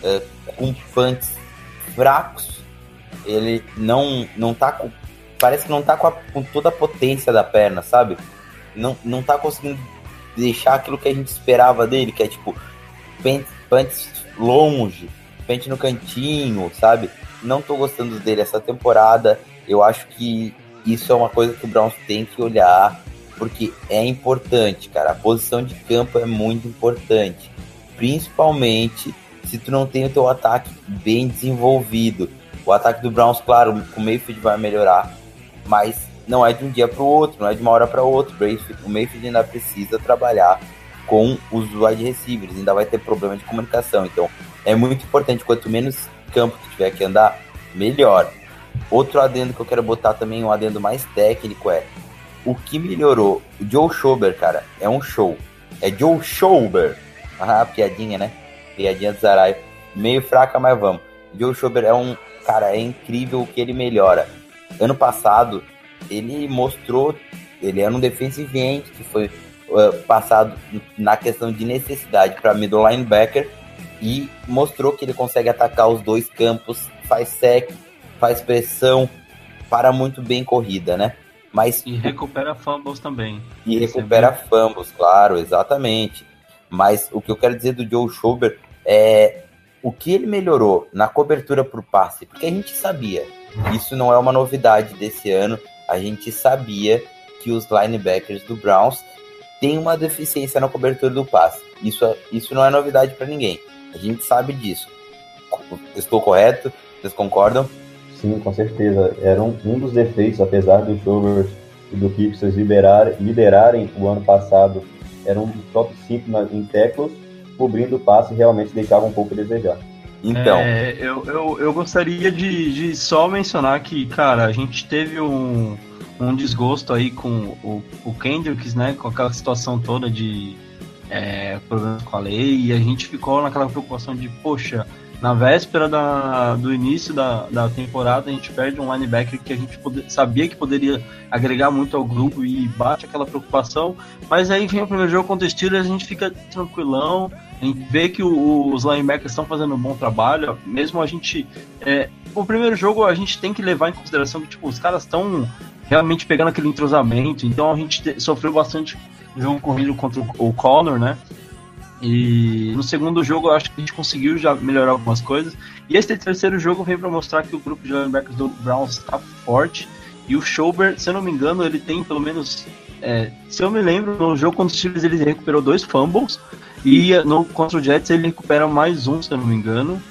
Com punts fracos, ele não tá com... Parece que não tá com toda a potência da perna, sabe? Não tá conseguindo deixar aquilo que a gente esperava dele, que é tipo punts longe, punch no cantinho, sabe? Não tô gostando dele essa temporada. Eu acho que isso é uma coisa que o Browns tem que olhar, porque é importante, cara. A posição de campo é muito importante, principalmente se tu não tem o teu ataque bem desenvolvido. O ataque do Browns, claro, com o Mayfield vai melhorar, mas não é de um dia para o outro, não é de uma hora para outra. O Mayfield ainda precisa trabalhar com os wide receivers, ainda vai ter problema de comunicação. Então, é muito importante, quanto menos campo que tiver que andar, melhor. Outro adendo que eu quero botar também, um adendo mais técnico, é o que melhorou. O Joe Schobert, cara, é um show. É Joe Schobert. Ah, piadinha, né? Piadinha do Zarai. Meio fraca, mas vamos. Joe Schobert é um cara, é incrível o que ele melhora. Ano passado, ele mostrou, ele era um defensive end que foi passado na questão de necessidade para middle linebacker e mostrou que ele consegue atacar os dois campos, faz sec, faz pressão, para muito bem corrida, né? Mas, e recupera fumbles também. E recupera fumbles, claro, exatamente. Mas o que eu quero dizer do Joe Schobert é o que ele melhorou na cobertura por passe, porque a gente sabia, isso não é uma novidade desse ano, a gente sabia que os linebackers do Browns têm uma deficiência na cobertura do passe. Isso não é novidade para ninguém, a gente sabe disso. Estou correto? Vocês concordam? Sim, com certeza. Era um dos defeitos, apesar do Schobert e do Kipsers liderarem o ano passado, era um dos top 5 em tackles, cobrindo o passe realmente deixava um pouco a desejar. Então, eu gostaria de só mencionar que, cara, a gente teve um desgosto aí com o Kendricks, né, com aquela situação toda de problemas com a lei, e a gente ficou naquela preocupação de, poxa, na véspera do início da temporada, a gente perde um linebacker que a gente sabia que poderia agregar muito ao grupo e bate aquela preocupação, mas aí vem o primeiro jogo contra o Steelers, a gente fica tranquilão, a gente vê que os linebackers estão fazendo um bom trabalho, mesmo a gente... o primeiro jogo a gente tem que levar em consideração que tipo, os caras estão realmente pegando aquele entrosamento, então a gente sofreu bastante jogo corrido contra o Connor, né? E no segundo jogo eu acho que a gente conseguiu já melhorar algumas coisas. E esse terceiro jogo veio para mostrar que o grupo de linebackers do Browns está forte. E o Schobert, se eu não me engano, ele tem pelo menos... se eu me lembro, no jogo contra os Steelers ele recuperou 2 fumbles. E contra o Jets ele recupera mais um, se eu não me engano.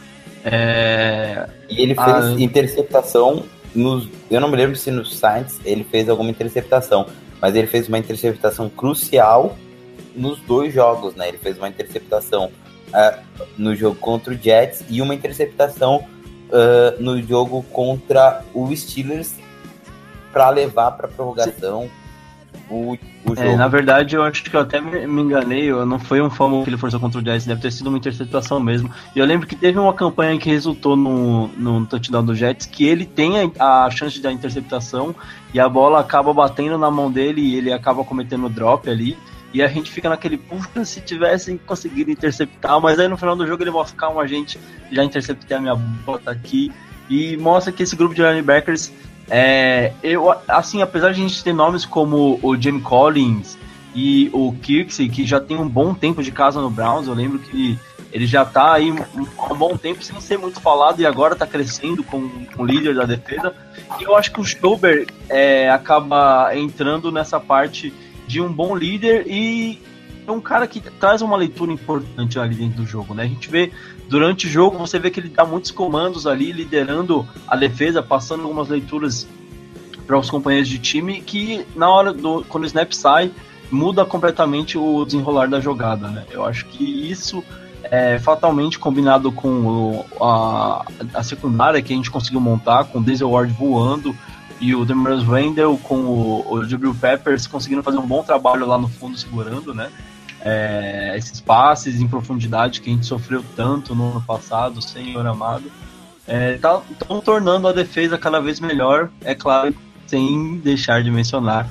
E ele fez interceptação... eu não me lembro se no Saints ele fez alguma interceptação. Mas ele fez uma interceptação crucial nos 2 jogos, né? Ele fez uma interceptação no jogo contra o Jets e uma interceptação no jogo contra o Steelers para levar para prorrogação o jogo. Na verdade, eu acho que eu até me enganei, não foi um fumble que ele forçou contra o Jets, deve ter sido uma interceptação mesmo. E eu lembro que teve uma campanha que resultou no touchdown do Jets, que ele tem a chance da interceptação e a bola acaba batendo na mão dele e ele acaba cometendo drop ali. E a gente fica naquele, puxa, se tivessem conseguido interceptar, mas aí no final do jogo ele mostra, calma, gente, já interceptei a minha bola, tá aqui. E mostra que esse grupo de linebackers, apesar de a gente ter nomes como o Jamie Collins e o Kirksey, que já tem um bom tempo de casa no Browns, eu lembro que ele já tá aí um bom tempo sem ser muito falado e agora tá crescendo com o líder da defesa. E eu acho que o Schobert acaba entrando nessa parte de um bom líder e é um cara que traz uma leitura importante ali dentro do jogo, né? A gente vê, durante o jogo, você vê que ele dá muitos comandos ali, liderando a defesa, passando algumas leituras para os companheiros de time, que na hora quando o snap sai, muda completamente o desenrolar da jogada, né? Eu acho que isso fatalmente combinado com a secundária que a gente conseguiu montar, com o Denzel Ward voando, e o Demarius Randall com o Jabril Peppers conseguindo fazer um bom trabalho lá no fundo, segurando, né? Esses passes em profundidade que a gente sofreu tanto no ano passado, Senhor amado, estão tornando a defesa cada vez melhor, é claro, sem deixar de mencionar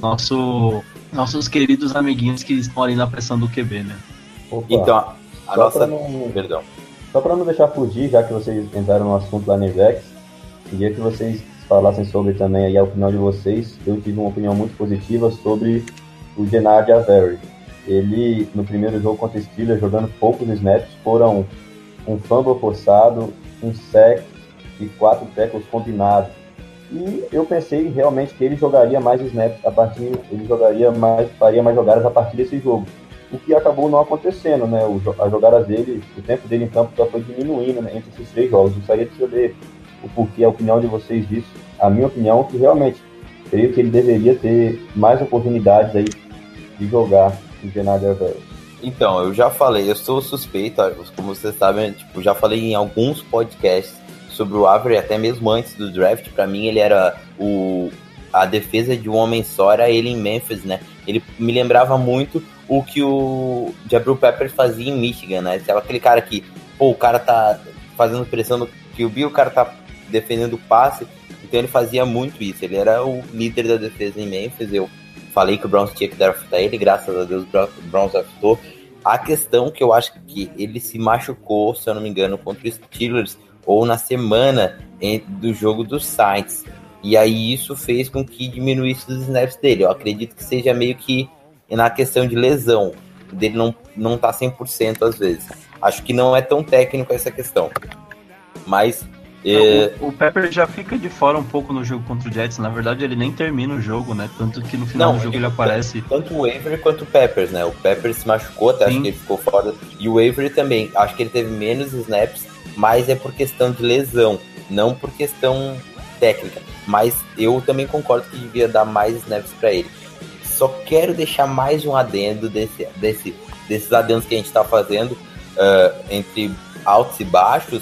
nossos queridos amiguinhos que estão ali na pressão do QB, né? Opa, então, perdão. Só para não deixar fugir, já que vocês entraram no assunto da Nivex, queria que vocês falassem sobre também aí a opinião de vocês. Eu tive uma opinião muito positiva sobre o Genard Avery. Ele, no primeiro jogo contra o Steelers, jogando poucos snaps, foram um fumble forçado, um sack e 4 tackles combinados. E eu pensei realmente que ele jogaria mais snaps faria mais jogadas a partir desse jogo. O que acabou não acontecendo, né? As jogadas dele, o tempo dele em campo só foi diminuindo, né, entre esses 3 jogos. Eu gostaria de saber o porquê, a opinião de vocês disso. A minha opinião é que realmente creio que ele deveria ter mais oportunidades aí de jogar o Genard Avery. Então, eu já falei, eu sou suspeito, como vocês sabem, já falei em alguns podcasts sobre o Avery, até mesmo antes do draft. Pra mim ele era a defesa de um homem só, era ele em Memphis, né? Ele me lembrava muito o que o Jabril Peppers fazia em Michigan, né? Aquele cara que, o cara tá fazendo pressão no QB, o cara tá defendendo o passe, então ele fazia muito isso. Ele era o líder da defesa em Memphis. Eu falei que o Browns tinha que draftar ele, graças a Deus o Browns draftou. A questão que eu acho que ele se machucou, se eu não me engano, contra os Steelers, ou na semana do jogo dos Saints, e aí isso fez com que diminuísse os snaps dele. Eu acredito que seja meio que na questão de lesão dele, não tá 100% às vezes. Acho que não é tão técnico essa questão, mas o Pepper já fica de fora um pouco no jogo contra o Jets. Na verdade ele nem termina o jogo, né? Tanto que no final do jogo ele aparece. Tanto o Avery quanto o Peppers, né? O Peppers se machucou, até acho que ele ficou fora, e o Avery também, acho que ele teve menos snaps, mas é por questão de lesão, não por questão técnica. Mas eu também concordo que devia dar mais snaps para ele. Só quero deixar mais um adendo desses adendos que a gente tá fazendo entre altos e baixos.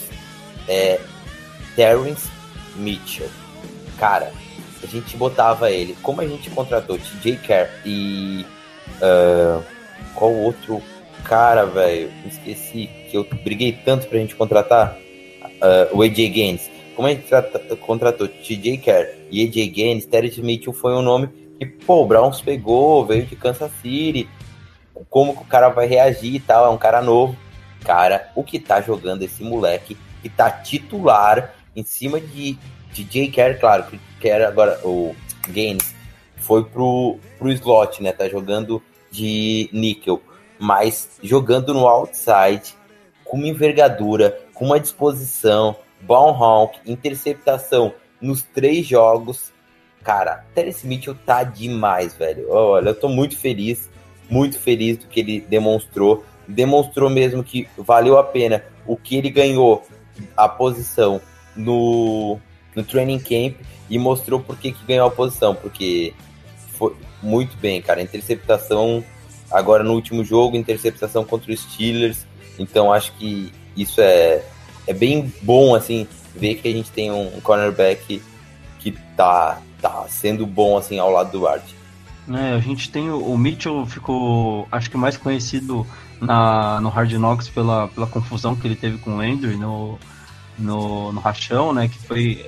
Terrence Mitchell, cara, a gente botava ele, como a gente contratou TJ Carr e qual outro cara, velho, esqueci que eu briguei tanto pra gente contratar o AJ Gaines. Como a gente contratou TJ Carr e AJ Gaines, Terry Mitchell foi um nome que, pô, o Browns pegou, veio de Kansas City, como que o cara vai reagir e tal, é um cara novo. Cara, o que tá jogando esse moleque, que tá titular em cima de TJ Carr, claro, que era agora o Gaines foi pro slot, né, tá jogando de níquel, mas jogando no outside, com uma envergadura, com uma disposição, ball hawk, interceptação nos 3 jogos. Cara, Terence Mitchell tá demais, velho. Olha, eu tô muito feliz do que ele demonstrou. Demonstrou mesmo que valeu a pena o que ele ganhou, a posição no training camp, e mostrou por que ganhou a posição, porque foi muito bem, cara. Interceptação agora no último jogo, interceptação contra os Steelers. Então acho que isso é bem bom, assim, ver que a gente tem um cornerback que tá sendo bom, assim, ao lado do Ward. A gente tem o Mitchell, ficou, acho que mais conhecido no Hard Knocks pela confusão que ele teve com o Landry no rachão, né, que foi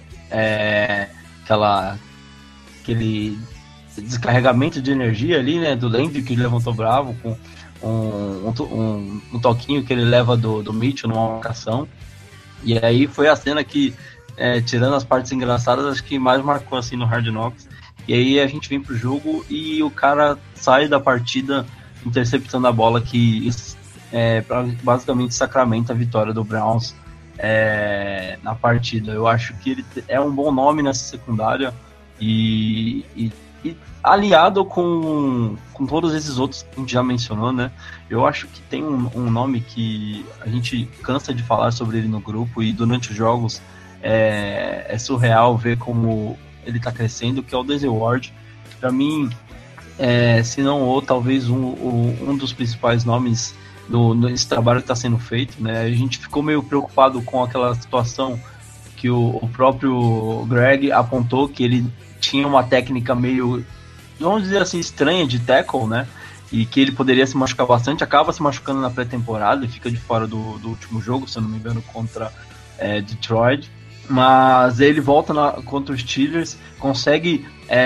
aquele descarregamento de energia ali, né, do Landry, que ele levantou bravo com um toquinho que ele leva do Mitchell numa marcação. E aí foi a cena que, tirando as partes engraçadas, acho que mais marcou assim no Hard Knocks. E aí a gente vem pro jogo e o cara sai da partida interceptando a bola, que basicamente sacramenta a vitória do Browns na partida. Eu acho que ele é um bom nome nessa secundária e aliado com todos esses outros que a gente já mencionou, né? Eu acho que tem um nome que a gente cansa de falar sobre ele no grupo, e durante os jogos é surreal ver como ele tá crescendo, que é o Denzel Ward. Para mim, se não ou talvez um dos principais nomes nesse trabalho que está sendo feito, né? A gente ficou meio preocupado com aquela situação que o próprio Greg apontou, que ele tinha uma técnica meio, vamos dizer assim, estranha de tackle, né? E que ele poderia se machucar bastante, acaba se machucando na pré-temporada e fica de fora do último jogo, se eu não me engano, contra Detroit. Mas ele volta contra os Steelers, consegue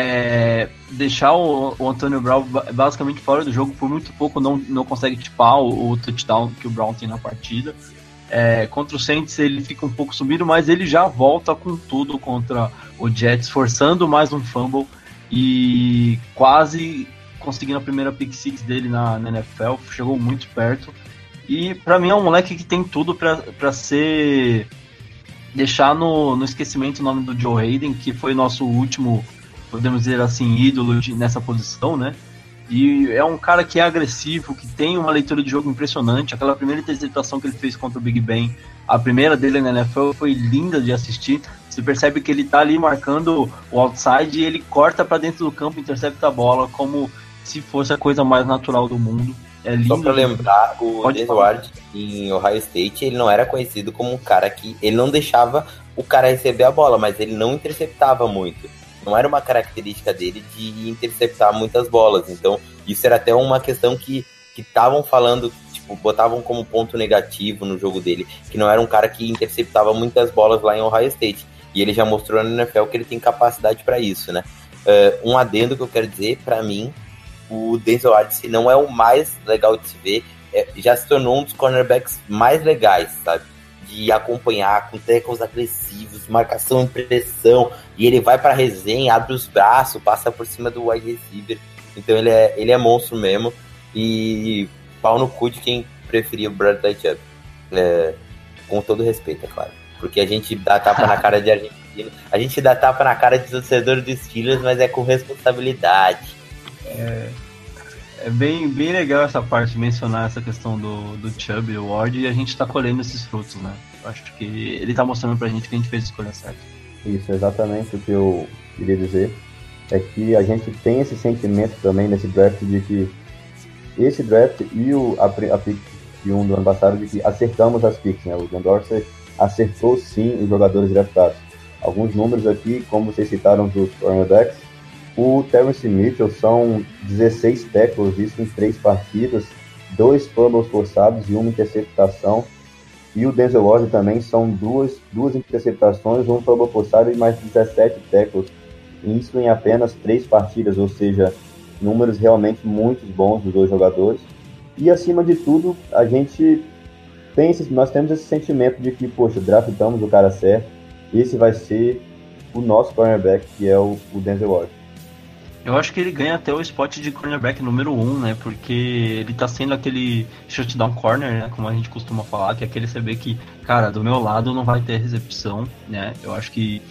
deixar o Antonio Brown basicamente fora do jogo, por muito pouco não consegue tipar o touchdown que o Brown tem na partida. Contra o Saints ele fica um pouco sumido, mas ele já volta com tudo contra o Jets, forçando mais um fumble e quase conseguindo a primeira pick six dele na NFL, chegou muito perto. E pra mim é um moleque que tem tudo pra ser... deixar no esquecimento o nome do Joe Hayden, que foi nosso último, podemos dizer assim, ídolo nessa posição, né? E é um cara que é agressivo, que tem uma leitura de jogo impressionante. Aquela primeira interceptação que ele fez contra o Big Ben, a primeira dele na NFL, foi linda de assistir. Você percebe que ele tá ali marcando o outside e ele corta para dentro do campo, intercepta a bola como se fosse a coisa mais natural do mundo. É lindo. Só pra lembrar, o Denzel Ward em Ohio State, ele não era conhecido como um cara que... ele não deixava o cara receber a bola, mas ele não interceptava muito. Não era uma característica dele de interceptar muitas bolas. Então, isso era até uma questão que estavam falando, tipo, botavam como ponto negativo no jogo dele, que não era um cara que interceptava muitas bolas lá em Ohio State. E ele já mostrou na NFL que ele tem capacidade para isso, né? Um adendo que eu quero dizer, para mim, o Denzel Ward, se não é o mais legal de se ver, já se tornou um dos cornerbacks mais legais, sabe? De acompanhar, com tackles agressivos, marcação e pressão, e ele vai pra resenha, abre os braços, passa por cima do wide receiver. Então ele é monstro mesmo, e pau no cu de quem preferia o Bradley Chubb. Com todo respeito, é claro. Porque a gente dá tapa na cara de argentino, a gente dá tapa na cara de torcedor dos Steelers, mas é com responsabilidade. É bem legal essa parte, mencionar essa questão do Chubb e o Ward, e a gente tá colhendo esses frutos, né? Eu acho que ele tá mostrando pra gente que a gente fez a escolha certa. Isso, exatamente o que eu queria dizer. É que a gente tem esse sentimento também nesse draft de que esse draft e a pick de do ano passado, de que acertamos as picks, né? O John Dorsey acertou sim os jogadores draftados. Alguns números aqui, como vocês citaram dos cornerbacks, o Terrence Mitchell são 16 tackles, isso em 3 partidas, 2 fumbles forçados e 1 interceptação. E o Denzel Ward também são duas interceptações, 1 fumble forçado e mais 17 tackles. Isso em apenas 3 partidas, ou seja, números realmente muito bons dos dois jogadores. E acima de tudo, nós temos esse sentimento de que, poxa, draftamos o cara certo, esse vai ser o nosso cornerback, que é o Denzel Ward. Eu acho que ele ganha até o spot de cornerback número 1, né? Porque ele tá sendo aquele shutdown corner, né? Como a gente costuma falar, que é aquele CB que, cara, do meu lado não vai ter recepção, né? Eu acho que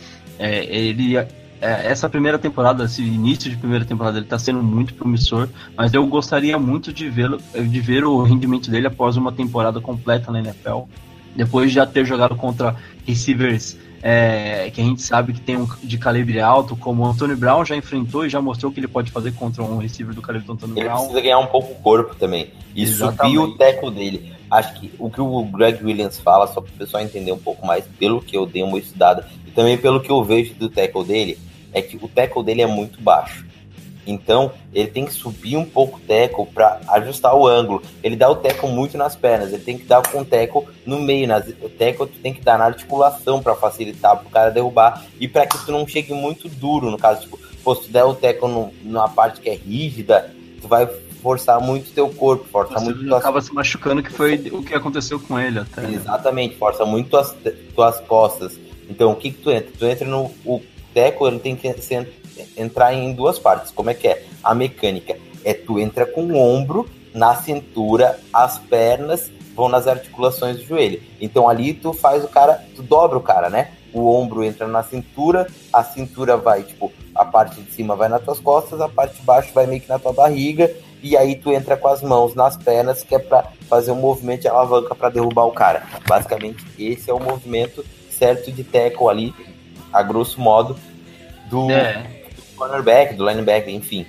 essa primeira temporada, esse início de primeira temporada, ele tá sendo muito promissor, mas eu gostaria muito de ver o rendimento dele após uma temporada completa na NFL, depois de já ter jogado contra receivers que a gente sabe que tem um de calibre alto, como o Antonio Brown já enfrentou e já mostrou que ele pode fazer contra um receiver do calibre do Antonio Brown. Ele precisa ganhar um pouco o corpo também e subir o tackle dele. Acho que o que o Greg Williams fala, só para o pessoal entender um pouco mais, pelo que eu dei uma estudada e também pelo que eu vejo do tackle dele, é que o tackle dele é muito baixo. Então, ele tem que subir um pouco o tackle para ajustar o ângulo. Ele dá o tackle muito nas pernas, ele tem que dar com o tackle no meio. O tackle tu tem que dar na articulação para facilitar pro cara derrubar e para que tu não chegue muito duro. No caso, tipo, se tu der o tackle numa parte que é rígida, tu vai forçar muito teu corpo, muito acaba se machucando, que foi o que aconteceu com ele até. Exatamente, força muito tuas costas. Então, o que tu entra? Tu entra no... O tackle, ele tem que entrar em 2 partes. Como é que é? A mecânica é tu entra com o ombro na cintura, as pernas vão nas articulações do joelho. Então ali tu faz o cara, tu dobra o cara, né? O ombro entra na cintura, a cintura vai, tipo, a parte de cima vai nas tuas costas, a parte de baixo vai meio que na tua barriga, e aí tu entra com as mãos nas pernas, que é pra fazer um movimento de alavanca pra derrubar o cara. Basicamente, esse é o movimento certo de tackle ali, a grosso modo, do cornerback, do linebacker, enfim.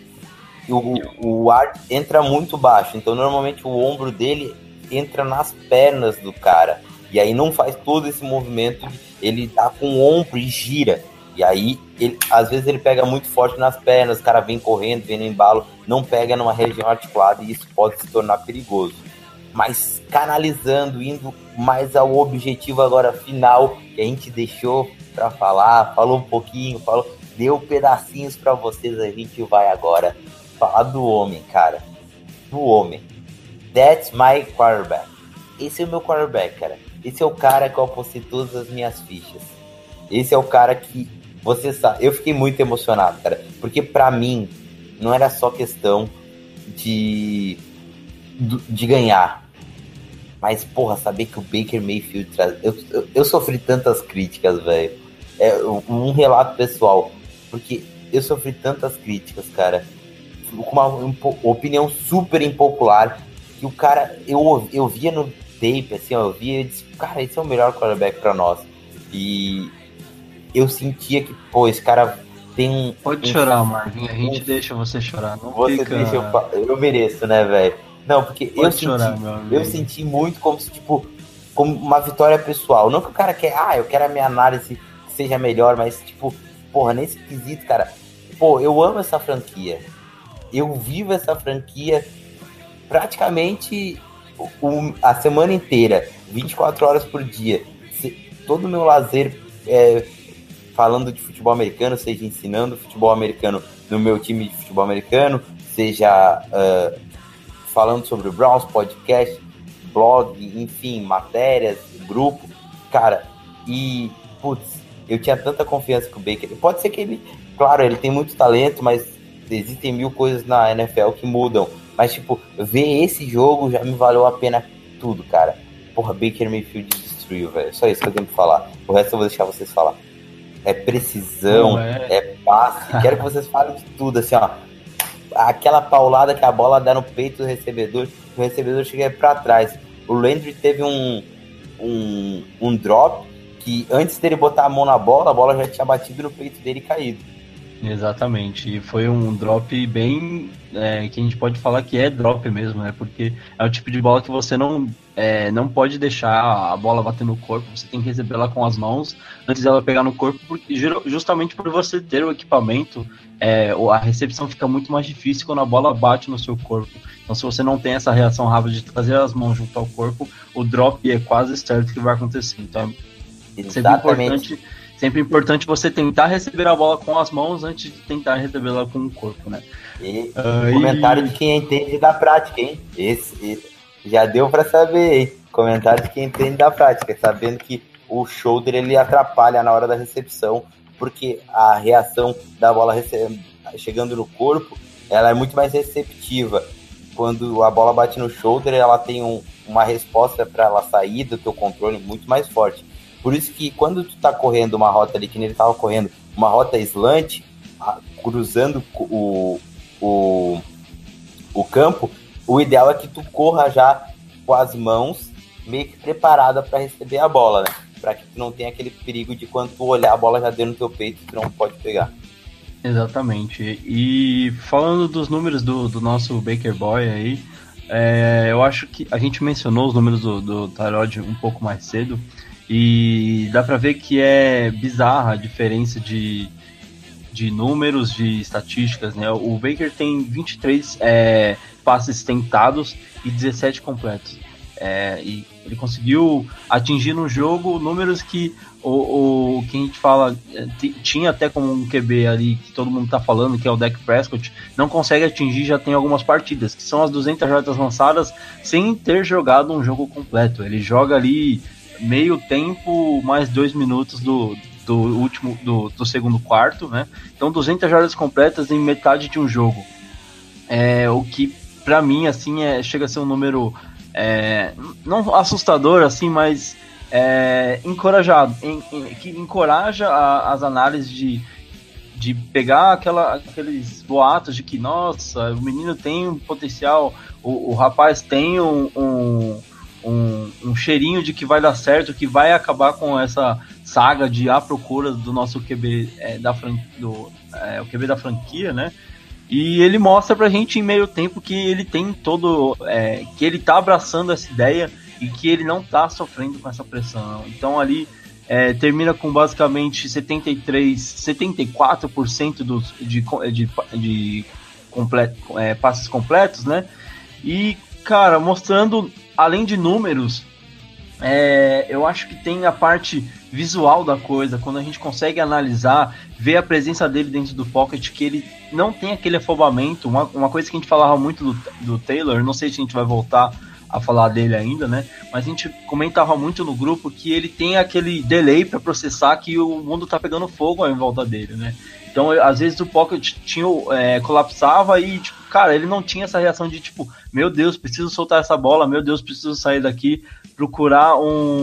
O ar entra muito baixo, então normalmente o ombro dele entra nas pernas do cara, e aí não faz todo esse movimento, ele tá com o ombro e gira, e aí às vezes ele pega muito forte nas pernas, o cara vem correndo, vem no embalo, não pega numa região articulada, e isso pode se tornar perigoso. Mas canalizando, indo mais ao objetivo agora final, que a gente deixou pra falar, falou um pouquinho, deu pedacinhos pra vocês, a gente vai agora falar do homem, cara. Do homem. That's my quarterback. Esse é o meu quarterback, cara. Esse é o cara que eu apostei todas as minhas fichas. Esse é o cara que, você sabe, eu fiquei muito emocionado, cara. Porque pra mim, não era só questão de ganhar. Mas, porra, saber que o Baker Mayfield traz... Eu sofri tantas críticas, velho. É um relato pessoal. Porque eu sofri tantas críticas, cara. Com uma opinião super impopular. Que o cara... Eu via no tape, assim, ó. Eu via e disse, cara, esse é o melhor quarterback pra nós. E eu sentia que, pô, esse cara tem Pode chorar, Marvin. A gente deixa você chorar. Não você fica... deixa eu mereço, né, velho? Não, porque eu senti muito como se, tipo, como uma vitória pessoal. Não que o cara quer, eu quero a minha análise que seja melhor, mas, tipo, porra, nesse quesito, cara, pô, eu amo essa franquia. Eu vivo essa franquia praticamente a semana inteira, 24 horas por dia. Todo o meu lazer falando de futebol americano, seja ensinando futebol americano no meu time de futebol americano, seja... falando sobre o Browns, podcast, blog, enfim, matérias, grupo, cara, e, putz, eu tinha tanta confiança com o Baker. Pode ser que ele, claro, ele tem muito talento, mas existem 1000 coisas na NFL que mudam, mas, tipo, ver esse jogo já me valeu a pena tudo, cara. Porra, Baker Mayfield destruiu, velho, só isso que eu tenho que falar, o resto eu vou deixar vocês falar. É precisão, é passe, quero que vocês falem de tudo, assim, ó. Aquela paulada que a bola dá no peito do recebedor, o recebedor chega pra trás. O Landry teve um drop que antes dele botar a mão na bola, a bola já tinha batido no peito dele e caído. Exatamente, e foi um drop bem, que a gente pode falar que é drop mesmo, né? Porque é o tipo de bola que você não pode deixar a bola bater no corpo, você tem que receber ela com as mãos antes dela pegar no corpo, porque justamente por você ter o equipamento, a recepção fica muito mais difícil quando a bola bate no seu corpo. Então, se você não tem essa reação rápida de trazer as mãos junto ao corpo, o drop é quase certo que vai acontecer. Então, sempre importante você tentar receber a bola com as mãos antes de tentar recebê-la com o corpo, né? E comentário de quem entende da prática, hein? Esse já deu pra saber, hein? Comentário de quem entende da prática, sabendo que o shoulder ele atrapalha na hora da recepção, porque a reação da bola chegando no corpo, ela é muito mais receptiva. Quando a bola bate no shoulder, ela tem uma resposta para ela sair do teu controle muito mais forte. Por isso que quando tu tá correndo uma rota ali, que nem ele tava correndo, uma rota slant, cruzando o campo, o ideal é que tu corra já com as mãos meio que preparada para receber a bola, né? Para que tu não tenha aquele perigo de quando tu olhar a bola já deu no teu peito, tu não pode pegar. Exatamente. E falando dos números do nosso Baker Boy aí, eu acho que a gente mencionou os números do Tyrod um pouco mais cedo, e dá pra ver que é bizarra a diferença de números, de estatísticas, né? O Baker tem 23 passes tentados e 17 completos. E ele conseguiu atingir no jogo números que o que a gente fala, tinha até como um QB ali, que todo mundo tá falando, que é o Dak Prescott, não consegue atingir já tem algumas partidas, que são as 200 jardas lançadas sem ter jogado um jogo completo. Ele joga ali meio tempo mais 2 minutos do segundo quarto, né? Então 200 jardas completas em metade de um jogo. O que pra mim assim chega a ser um número não assustador assim, mas encorajado, que encoraja as análises de pegar aqueles boatos de que, nossa, o menino tem um potencial, o rapaz tem um cheirinho de que vai dar certo, que vai acabar com essa saga de à procura do nosso QB o QB da franquia, né? E ele mostra pra gente em meio tempo que ele tem que ele tá abraçando essa ideia e que ele não tá sofrendo com essa pressão. Então ali termina com basicamente 74% de passes completos, né? E, cara, mostrando, além de números, eu acho que tem a parte visual da coisa, quando a gente consegue analisar, ver a presença dele dentro do pocket, que ele não tem aquele afobamento, uma coisa que a gente falava muito do Taylor, não sei se a gente vai voltar a falar dele ainda, né? Mas a gente comentava muito no grupo que ele tem aquele delay para processar que o mundo tá pegando fogo em volta dele, né? Então, às vezes o pocket colapsava e, tipo, cara, ele não tinha essa reação de, tipo, meu Deus, preciso soltar essa bola, meu Deus, preciso sair daqui, procurar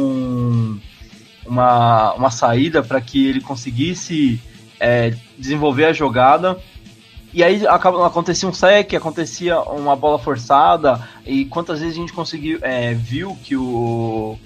uma saída para que ele conseguisse desenvolver a jogada. E aí acontecia um sec, acontecia uma bola forçada, e quantas vezes a gente viu que o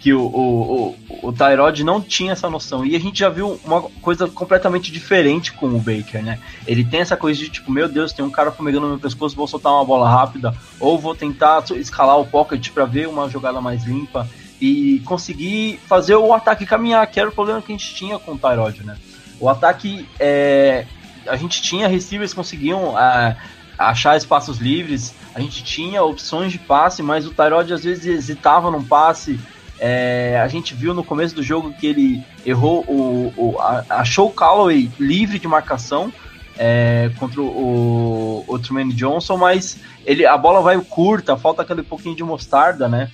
Tyrod não tinha essa noção. E a gente já viu uma coisa completamente diferente com o Baker, né? Ele tem essa coisa de tipo, meu Deus, tem um cara fumegando no meu pescoço, vou soltar uma bola rápida, ou vou tentar escalar o pocket para ver uma jogada mais limpa e conseguir fazer o ataque caminhar, que era o problema que a gente tinha com o Tyrod, né? O ataque, a gente tinha receivers que conseguiam achar espaços livres, a gente tinha opções de passe, mas o Tyrod às vezes hesitava num passe. A gente viu no começo do jogo que ele errou, achou o Callaway livre de marcação contra o Trumaine Johnson, mas a bola vai curta, falta aquele pouquinho de mostarda, né?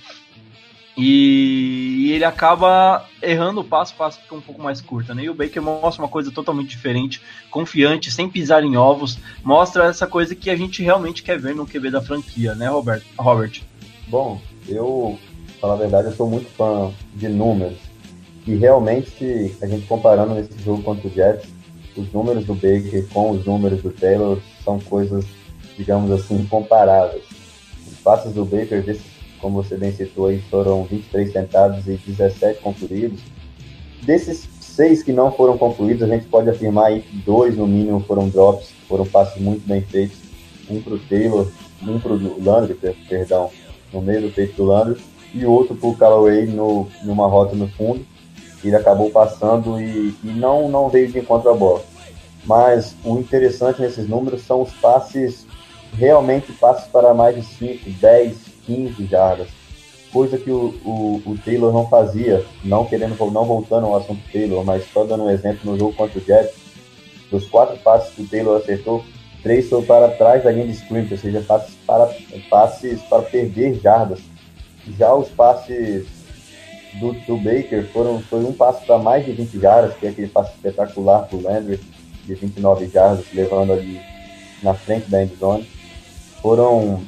E ele acaba errando o passo fica um pouco mais curta, né? E o Baker mostra uma coisa totalmente diferente, confiante, sem pisar em ovos, mostra essa coisa que a gente realmente quer ver no QB da franquia, né, Robert? Bom, falar a verdade, eu sou muito fã de números. E realmente, se a gente comparando nesse jogo contra o Jets, os números do Baker com os números do Taylor são coisas, digamos assim, incomparáveis. Os passes do Baker, como você bem citou aí, foram 23 tentados e 17 concluídos. Desses 6 que não foram concluídos, a gente pode afirmar aí que 2 no mínimo foram drops, foram passes muito bem feitos, um para o Taylor, um para o Landry, perdão, no meio do peito do Landry, e outro para o Callaway numa rota no fundo. Ele acabou passando e não veio de encontro à bola. Mas o interessante nesses números são os passes, realmente passes para mais de 5, 10, 15 jardas. Coisa que o Taylor não fazia, não voltando ao assunto Taylor, mas só dando um exemplo no jogo contra o Jets. Dos 4 passes que o Taylor acertou, 3 foram para trás da linha de scrimmage, ou seja, passes para perder jardas. Já os passes do Baker foi um passe para mais de 20 jardas, que é aquele passe espetacular para o Landry, de 29 jardas, levando ali na frente da endzone. Foram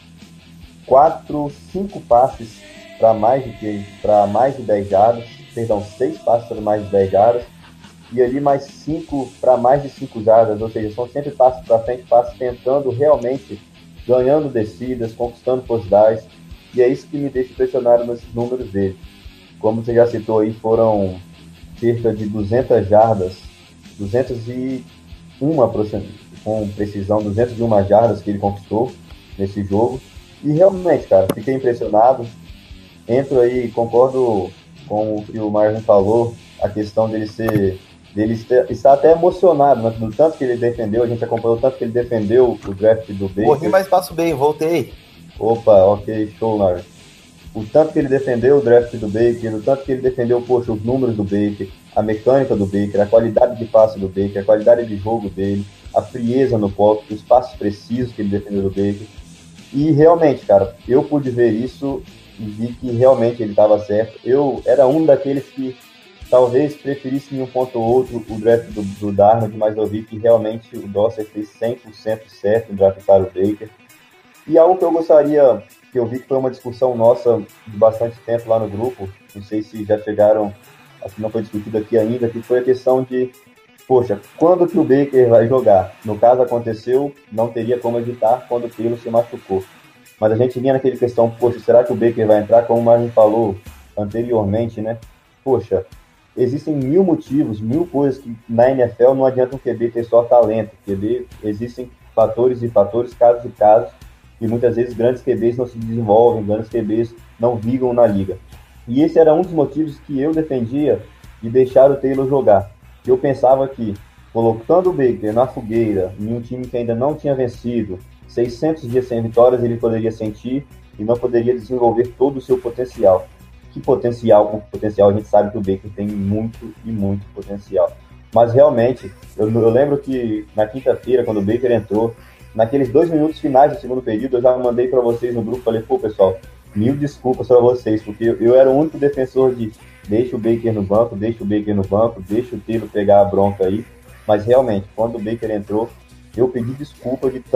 5 passes para mais de 10 jardas, perdão, 6 passes para mais de 10 jardas, e ali mais 5 para mais de 5 jardas, ou seja, são sempre passes para frente, passes tentando realmente, ganhando descidas, conquistando first downs, e é isso que me deixa impressionado nesses números dele. Como você já citou aí, foram cerca de 200 jardas, 201, com precisão, 201 jardas que ele conquistou nesse jogo. E realmente, cara, fiquei impressionado. Entro aí, concordo com o que o Marvin falou, a questão dele estar até emocionado, né, do tanto que ele defendeu, a gente acompanhou o tanto que ele defendeu o draft do Baker. Corri, mas passo bem, voltei. Opa, ok, show, Marvin. O tanto que ele defendeu o draft do Baker, o tanto que ele defendeu, poxa, os números do Baker, a mecânica do Baker, a qualidade de passe do Baker, a qualidade de jogo dele, a frieza no pocket, os passos precisos que ele defendeu do Baker. E realmente, cara, eu pude ver isso e vi que realmente ele estava certo. Eu era um daqueles que talvez preferisse em um ponto ou outro o draft do Darnold, mas eu vi que realmente o Dorsey fez 100% certo em draftar o Baker. E algo que eu gostaria, que eu vi que foi uma discussão nossa de bastante tempo lá no grupo, não sei se já chegaram, acho que não foi discutido aqui ainda, que foi a questão de, poxa, quando que o Baker vai jogar? No caso aconteceu, não teria como evitar quando o Taylor se machucou. Mas a gente vinha naquele questão, poxa, será que o Baker vai entrar? Como o Marvin falou anteriormente, né? Poxa, existem 1000 motivos, 1000 coisas que na NFL não adianta um QB ter só talento. QB, existem fatores e fatores, casos e casos, e muitas vezes grandes QBs não se desenvolvem, grandes QBs não vigam na liga. E esse era um dos motivos que eu defendia de deixar o Taylor jogar. Eu pensava que, colocando o Baker na fogueira, em um time que ainda não tinha vencido, 600 dias sem vitórias, ele poderia sentir e não poderia desenvolver todo o seu potencial. Que potencial, com potencial, a gente sabe que o Baker tem muito e muito potencial. Mas realmente, eu lembro que na quinta-feira, quando o Baker entrou, naqueles 2 minutos finais do segundo período, eu já mandei para vocês no grupo, falei, pô, pessoal, 1000 desculpas para vocês, porque eu era o único defensor de deixa o Baker no banco, deixa o Taylor pegar a bronca aí, mas realmente, quando o Baker entrou, eu pedi desculpa do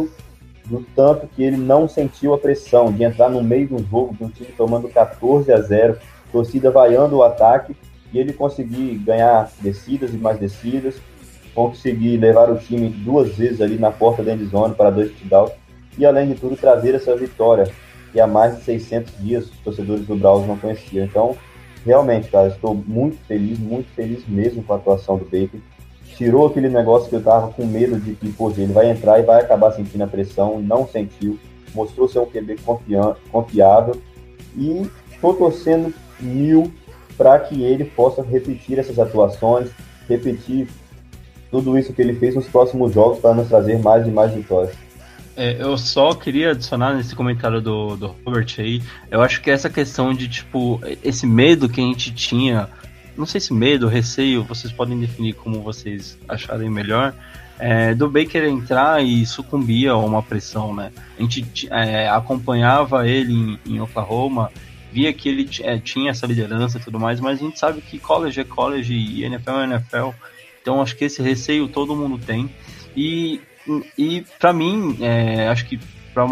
tanto que ele não sentiu a pressão de entrar no meio de um jogo, de um time tomando 14-0, torcida vaiando o ataque, e ele conseguir ganhar descidas e mais descidas, conseguir levar o time 2 vezes ali na porta da endzone para 2 touchdowns, e além de tudo trazer essa vitória, que há mais de 600 dias os torcedores do Browns não conheciam. Então, realmente, cara, estou muito feliz mesmo com a atuação do Baker. Tirou aquele negócio que eu tava com medo de que, poxa, ele vai entrar e vai acabar sentindo a pressão, não sentiu, mostrou ser um QB confiável, e estou torcendo 1000 para que ele possa repetir essas atuações, repetir tudo isso que ele fez nos próximos jogos para nos trazer mais e mais vitórias. Eu só queria adicionar nesse comentário do Robert aí, eu acho que essa questão de, tipo, esse medo que a gente tinha, não sei se medo, receio, vocês podem definir como vocês acharem melhor, do Baker entrar e sucumbir a uma pressão, né? A gente acompanhava ele em Oklahoma, via que ele tinha essa liderança e tudo mais, mas a gente sabe que college é college e NFL é NFL, então acho que esse receio todo mundo tem, e para mim, acho que para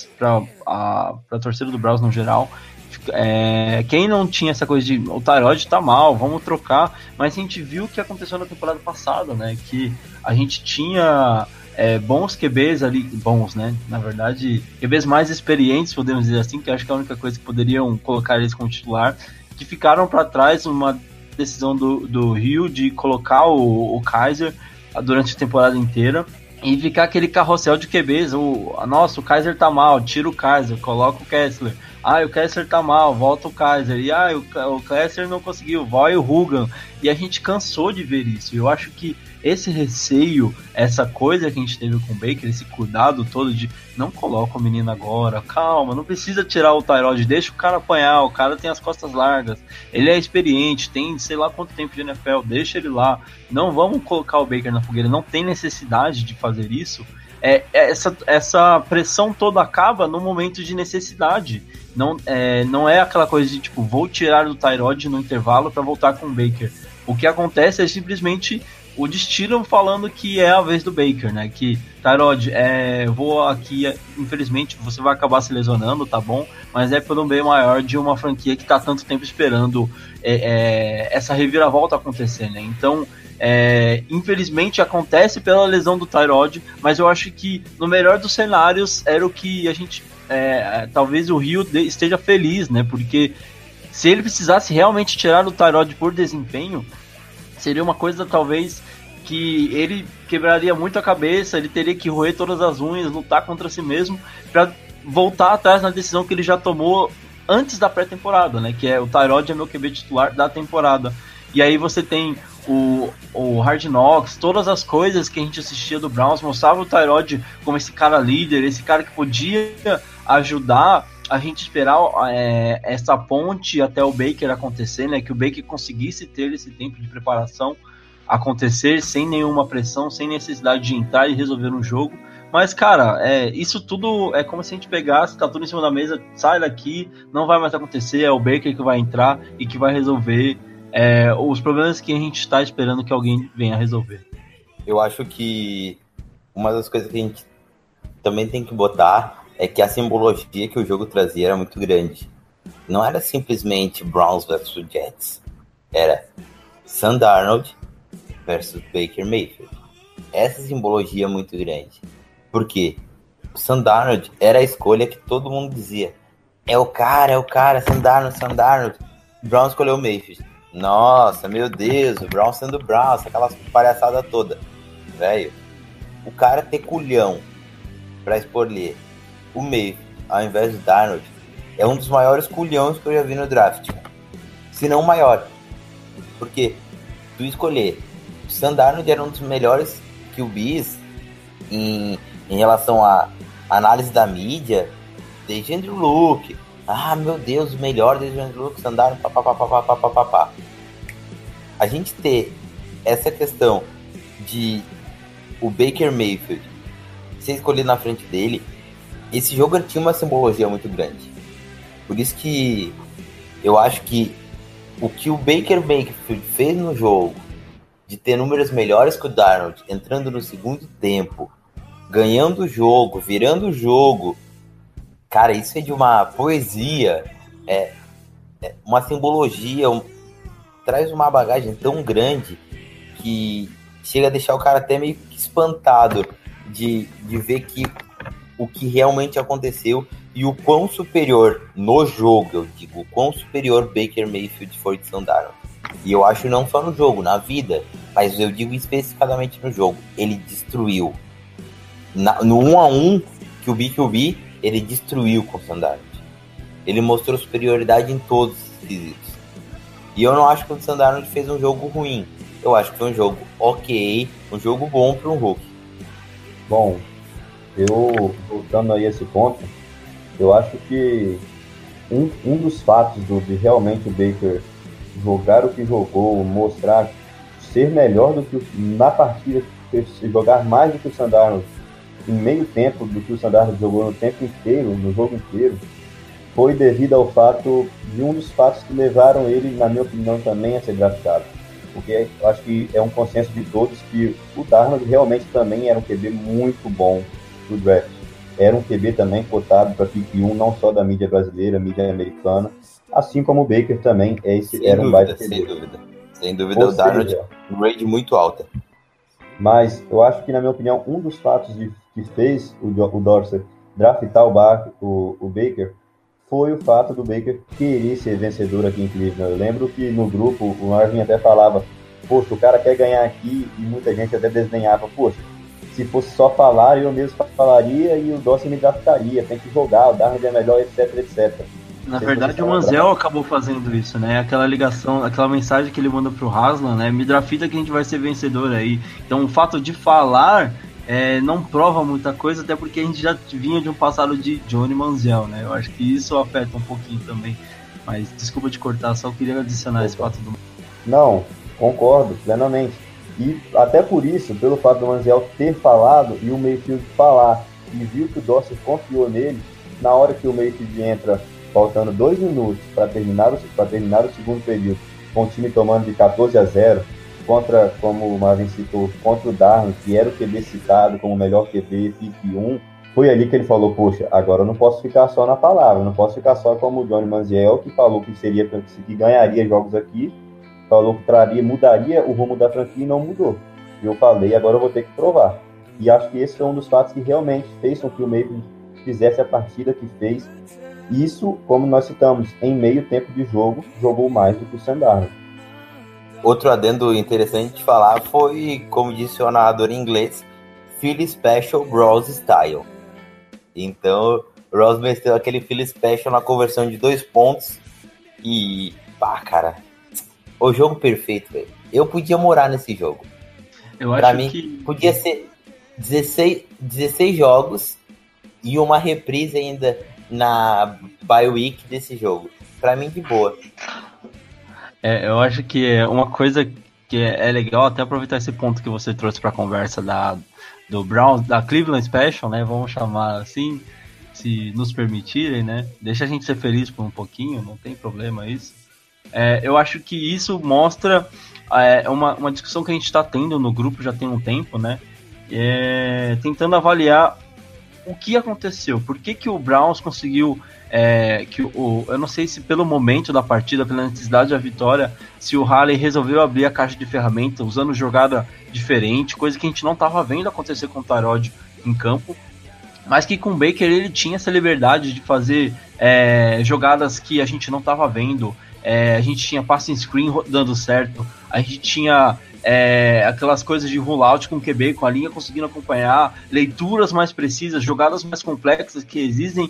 a torcida do Browns no geral, quem não tinha essa coisa de o Tyrod tá mal, vamos trocar, mas a gente viu o que aconteceu na temporada passada, né? Que a gente tinha bons QBs ali, bons, né? Na verdade, QBs mais experientes, podemos dizer assim, que acho que é a única coisa que poderiam colocar eles como titular, que ficaram para trás decisão do Rio de colocar o Kaiser durante a temporada inteira e ficar aquele carrossel de QBs. Nossa, o Kaiser tá mal, tira o Kaiser, coloca o Kessler. O Kessler tá mal, volta o Kaiser. E o Kessler não conseguiu, vai o Hugan. E a gente cansou de ver isso. Eu acho que esse receio, essa coisa que a gente teve com o Baker, esse cuidado todo de não coloca o menino agora, calma, não precisa tirar o Tyrod, deixa o cara apanhar, o cara tem as costas largas, ele é experiente, tem sei lá quanto tempo de NFL, deixa ele lá, não vamos colocar o Baker na fogueira, não tem necessidade de fazer isso. Essa pressão toda acaba no momento de necessidade. Não é aquela coisa de tipo, vou tirar do Tyrod no intervalo para voltar com o Baker. O que acontece é simplesmente o destino falando que é a vez do Baker, né? Que, Tyrod, vou aqui, infelizmente você vai acabar se lesionando, tá bom? Mas é pelo bem maior de uma franquia que tá tanto tempo esperando essa reviravolta acontecer, né? Então, infelizmente acontece pela lesão do Tyrod, mas eu acho que no melhor dos cenários era o que a gente, talvez o Rio esteja feliz, né? Porque se ele precisasse realmente tirar o Tyrod por desempenho, seria uma coisa talvez que ele quebraria muito a cabeça, ele teria que roer todas as unhas, lutar contra si mesmo para voltar atrás na decisão que ele já tomou antes da pré-temporada, né? Que o Tyrod é meu QB titular da temporada. E aí você tem o Hard Knocks, todas as coisas que a gente assistia do Browns mostrava o Tyrod como esse cara líder, esse cara que podia ajudar a gente esperar essa ponte até o Baker acontecer, né? Que o Baker conseguisse ter esse tempo de preparação acontecer sem nenhuma pressão, sem necessidade de entrar e resolver um jogo. Mas, cara, isso tudo é como se a gente pegasse, tá tudo em cima da mesa, sai daqui, não vai mais acontecer, é o Baker que vai entrar e que vai resolver os problemas que a gente está esperando que alguém venha resolver. Eu acho que uma das coisas que a gente também tem que botar é que a simbologia que o jogo trazia era muito grande. Não era simplesmente Browns versus Jets. Era Sam Darnold versus Baker Mayfield. Essa simbologia é muito grande. Por quê? O Sam Darnold era a escolha que todo mundo dizia. É o cara, Sam Darnold. O Browns escolheu o Mayfield. Nossa, meu Deus, o Browns sendo Browns, aquelas palhaçadas toda. Velho, o cara ter culhão pra escolher o Mayfield ao invés do Darnold é um dos maiores culhões que eu já vi no draft. Se não o maior. Porque tu escolher o Sam Darnold era um dos melhores QBs em relação à análise da mídia desde Andrew Luck. Meu Deus, o melhor desde Andrew Luck, Sam Darnold, papapá. A gente ter essa questão de o Baker Mayfield ser escolhido na frente dele, esse jogo tinha uma simbologia muito grande. Por isso que eu acho que o que o Baker Mayfield fez no jogo, de ter números melhores que o Darnold, entrando no segundo tempo, ganhando o jogo, virando o jogo, cara, isso é de uma poesia, uma simbologia, traz uma bagagem tão grande que chega a deixar o cara até meio que espantado de ver que o que realmente aconteceu e o quão superior no jogo, eu digo, o quão superior Baker Mayfield foi de Sam Darnold. E eu acho não só no jogo, na vida, mas eu digo especificamente no jogo. Ele destruiu. No 1-1 que o BQB, ele destruiu com o Sam Darnold. Ele mostrou superioridade em todos os quesitos. E eu não acho que o Sam Darnold fez um jogo ruim. Eu acho que foi um jogo ok, um jogo bom para um rookie. Bom, eu, voltando aí a esse ponto, eu acho que um dos fatos de realmente o Baker jogar o que jogou, mostrar ser melhor do que na partida, jogar mais do que o Sam Darnold em meio tempo do que o Sam Darnold jogou no tempo inteiro, no jogo inteiro, foi devido ao fato de um dos fatos que levaram ele, na minha opinião, também a ser draftado. Porque eu acho que é um consenso de todos que o Darnold realmente também era um QB muito bom do draft. Era um QB também cotado para pick 1, não só da mídia brasileira, mídia americana, assim como o Baker também era um baita QB. Sem dúvida, o Darnold um grade muito alta. Mas eu acho que, na minha opinião, um dos fatos que fez o Dorsey draftar o Baker foi o fato do Baker querer ser vencedor aqui em Cleveland. Eu lembro que no grupo o Marvin até falava, poxa, o cara quer ganhar aqui, e muita gente até desdenhava, poxa, se fosse só falar, eu mesmo falaria e o Dawson me draftaria, tem que jogar, o Darnold é melhor, etc, etc. Na verdade, o Manziel acabou fazendo isso, né? Aquela ligação, aquela mensagem que ele manda pro Haslam, né? Me drafta que a gente vai ser vencedor aí. Então, o fato de falar não prova muita coisa, até porque a gente já vinha de um passado de Johnny Manziel, né? Eu acho que isso afeta um pouquinho também. Mas, desculpa te cortar, só queria adicionar esse fato do... Não, concordo plenamente. E até por isso, pelo fato do Manziel ter falado e o Mayfield falar, e viu que o Dawson confiou nele, na hora que o Mayfield entra faltando 2 minutos para terminar o segundo período, com o time tomando de 14-0, contra, como o Marvin citou, contra o Darnold, que era o QB citado como o melhor QB, pick 1, foi ali que ele falou, poxa, agora eu não posso ficar só na palavra, não posso ficar só como o Johnny Manziel, que falou que ganharia jogos aqui, falou que mudaria o rumo da franquia e não mudou. E eu falei, agora eu vou ter que provar. E acho que esse foi um dos fatos que realmente fez com que o Mayfield fizesse a partida que fez. Isso, como nós citamos, em meio tempo de jogo, jogou mais do que o Sam Darnold. Outro adendo interessante de falar foi, como disse o narrador em inglês, Philly Special Bros Style. Então, o Ross meteu aquele Philly Special na conversão de 2 pontos e, cara, o jogo perfeito, velho. Eu podia morar nesse jogo. Pra mim, podia ser 16 jogos e uma reprise ainda na bye week desse jogo. Pra mim, de boa. Eu acho que é uma coisa que é legal, até aproveitar esse ponto que você trouxe pra conversa do Browns, da Cleveland Special, né? Vamos chamar assim, se nos permitirem, né? Deixa a gente ser feliz por um pouquinho, não tem problema isso. Eu acho que isso mostra uma discussão que a gente está tendo no grupo já tem um tempo, né? Tentando avaliar o que aconteceu, por que o Browns conseguiu, eu não sei se pelo momento da partida, pela necessidade da vitória, se o Halley resolveu abrir a caixa de ferramentas usando jogada diferente, coisa que a gente não estava vendo acontecer com o Tyrod em campo, mas que com o Baker ele tinha essa liberdade de fazer jogadas que a gente não estava vendo. A gente tinha passing screen dando certo, a gente tinha aquelas coisas de rollout com o QB, com a linha conseguindo acompanhar, leituras mais precisas, jogadas mais complexas que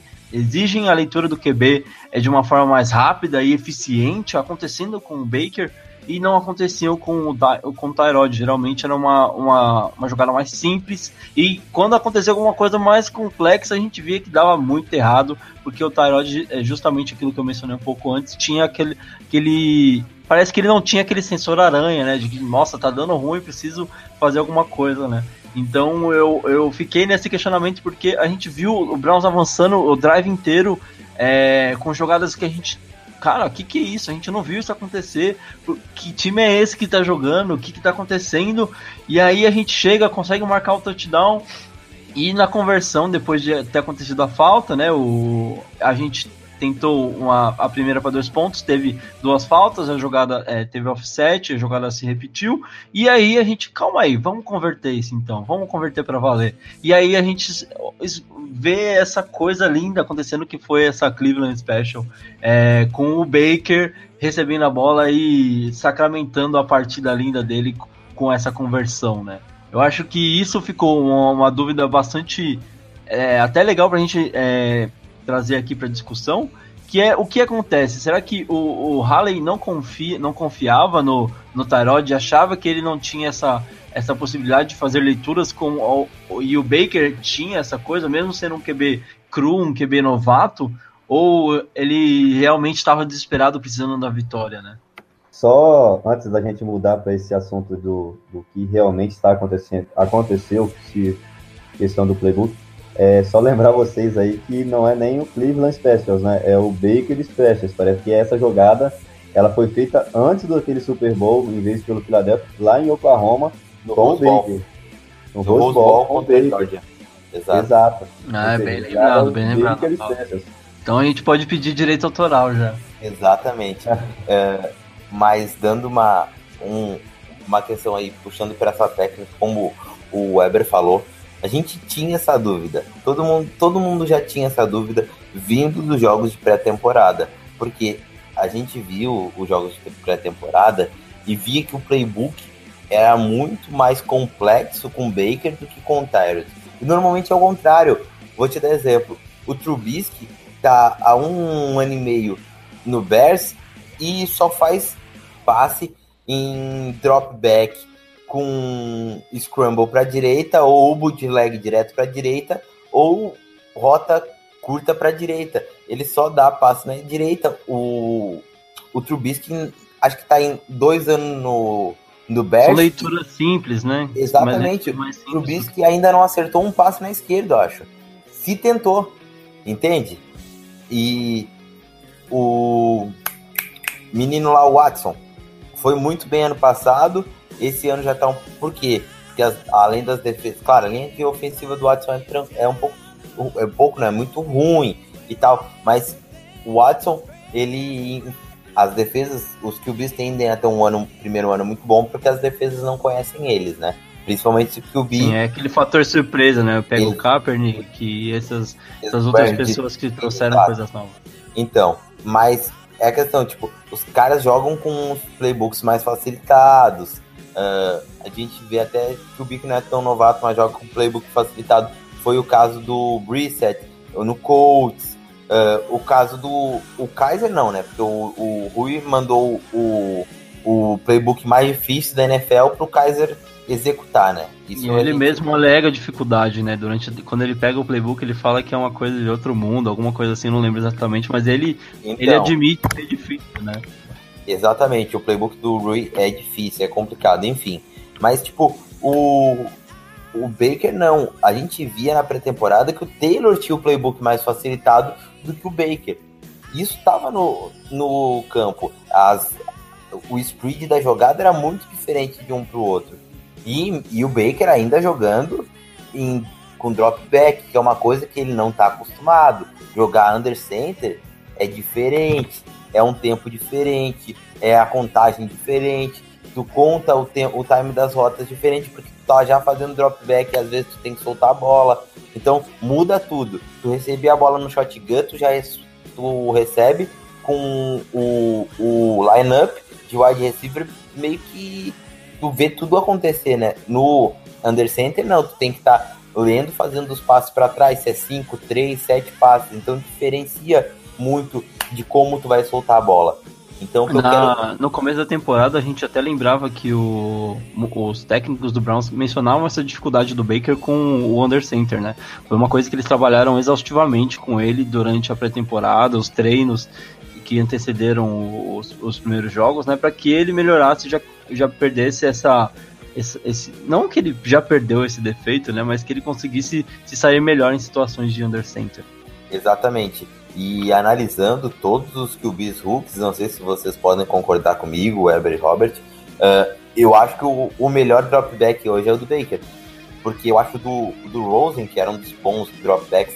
exigem a leitura do QB de uma forma mais rápida e eficiente, acontecendo com o Baker e não aconteciam com o Tyrod. Geralmente era uma jogada mais simples, e quando acontecia alguma coisa mais complexa a gente via que dava muito errado, porque o Tyrod, justamente aquilo que eu mencionei um pouco antes, tinha aquele parece que ele não tinha aquele sensor aranha, né, de que, nossa, tá dando ruim, preciso fazer alguma coisa, né. Então eu fiquei nesse questionamento, porque a gente viu o Browns avançando o drive inteiro com jogadas que a gente... Cara, o que é isso? A gente não viu isso acontecer. Que time é esse que tá jogando? O que tá acontecendo? E aí a gente chega, consegue marcar o touchdown. E na conversão, depois de ter acontecido a falta, né? A gente tentou a primeira para 2 pontos, teve 2 faltas, a jogada teve offset, a jogada se repetiu, e aí a gente, calma aí, vamos converter isso então, vamos converter para valer. E aí a gente vê essa coisa linda acontecendo, que foi essa Cleveland Special, com o Baker recebendo a bola e sacramentando a partida linda dele com essa conversão, né? Eu acho que isso ficou uma dúvida bastante até legal para a gente trazer aqui para discussão, que é o que acontece. Será que o Halley não confiava no Tyrod, achava que ele não tinha essa possibilidade de fazer leituras e o Baker tinha essa coisa, mesmo sendo um QB cru, um QB novato, ou ele realmente estava desesperado precisando da vitória, né? Só antes da gente mudar para esse assunto do que realmente aconteceu, questão do playbook, só lembrar vocês aí que não é nem o Cleveland Specials, né? É o Baker Specials. Parece que essa jogada ela foi feita antes daquele Super Bowl, em vez pelo Philadelphia, lá em Oklahoma, com o Baker. No Rose Bowl com o Baker. Exato. Bem lembrado, bem lembrado. Então a gente pode pedir direito autoral já. Exatamente. Mas dando uma questão aí, puxando para essa técnica, como o Weber falou, a gente tinha essa dúvida. Todo mundo já tinha essa dúvida vindo dos jogos de pré-temporada, porque a gente viu os jogos de pré-temporada e via que o playbook era muito mais complexo com o Baker do que com o Tyrod. E normalmente é o contrário. Vou te dar exemplo. O Trubisky tá há 1 ano e meio no Bears e só faz passe em drop back com scramble para direita, ou bootleg direto para direita, ou rota curta para direita. Ele só dá passe na direita. O Trubisky acho que tá em 2 anos no Bears. São leituras simples, né? Exatamente. O Trubisky ainda não acertou um passe na esquerda, eu acho. Se tentou, entende? E o menino lá, o Watson, foi muito bem ano passado. Esse ano já tá Por quê? Porque além das defesas... Claro, a linha ofensiva do Watson é um pouco, não é muito ruim e tal, mas o Watson, ele... As defesas, os QBs tendem a ter um primeiro ano muito bom, porque as defesas não conhecem eles, né? Principalmente se o QB... Sim, é aquele fator surpresa, né? Eu pego o Kaepernick e essas outras pessoas que trouxeram coisas novas. Então, mas é a questão, tipo, os caras jogam com os playbooks mais facilitados. A gente vê até que o Bico não é tão novato, mas joga com playbook facilitado. Foi o caso do Brissett no Colts. O caso do... O Kaiser não, né? Porque o Rui mandou o playbook mais difícil da NFL pro Kaiser executar, né? Isso, e ele mesmo alega dificuldade, né? Quando ele pega o playbook, ele fala que é uma coisa de outro mundo, alguma coisa assim, não lembro exatamente, mas ele admite que é difícil, né? Exatamente, o playbook do Rui é difícil, é complicado, enfim. Mas, tipo, o Baker não. A gente via na pré-temporada que o Taylor tinha o playbook mais facilitado do que o Baker. Isso estava no campo. O spread da jogada era muito diferente de um pro outro. E o Baker ainda jogando com drop back, que é uma coisa que ele não está acostumado. Jogar under center é diferente, é um tempo diferente, é a contagem diferente, tu conta o time das rotas diferente, porque tu tá já fazendo drop back e às vezes tu tem que soltar a bola. Então muda tudo. Tu recebia a bola no shotgun, tu recebe com o line-up de wide receiver, meio que tu vê tudo acontecer, né? No under center, não, tu tem que estar lendo, fazendo os passes para trás, se é 5, 3, 7 passes, então diferencia muito de como tu vai soltar a bola. Então, no começo da temporada, a gente até lembrava que os técnicos do Browns mencionavam essa dificuldade do Baker com o under center, né? Foi uma coisa que eles trabalharam exaustivamente com ele durante a pré-temporada, os treinos que antecederam os primeiros jogos, né? Para que ele melhorasse, já perdesse esse não que ele já perdeu esse defeito, né? Mas que ele conseguisse se sair melhor em situações de under center. Exatamente. E analisando todos os QBs rookies, não sei se vocês podem concordar comigo, Weber e Robert, eu acho que o melhor dropback hoje é o do Baker. Porque eu acho do Rosen, que era um dos bons dropbacks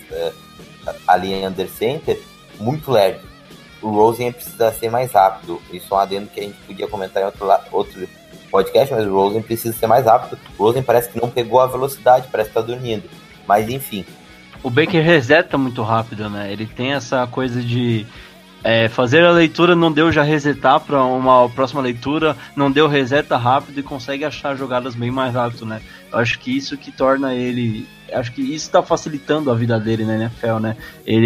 ali em under center, muito lerdo. O Rosen precisa ser mais rápido. Isso é um adendo que a gente podia comentar em outro podcast, mas o Rosen precisa ser mais rápido. O Rosen parece que não pegou a velocidade, parece que tá dormindo. Mas enfim. O Baker reseta muito rápido, né? Ele tem essa coisa de fazer a leitura, não deu, já resetar para uma próxima leitura, não deu, reseta rápido e consegue achar jogadas bem mais rápido, né? Eu acho que isso que torna ele... Acho que isso tá facilitando a vida dele na NFL, né?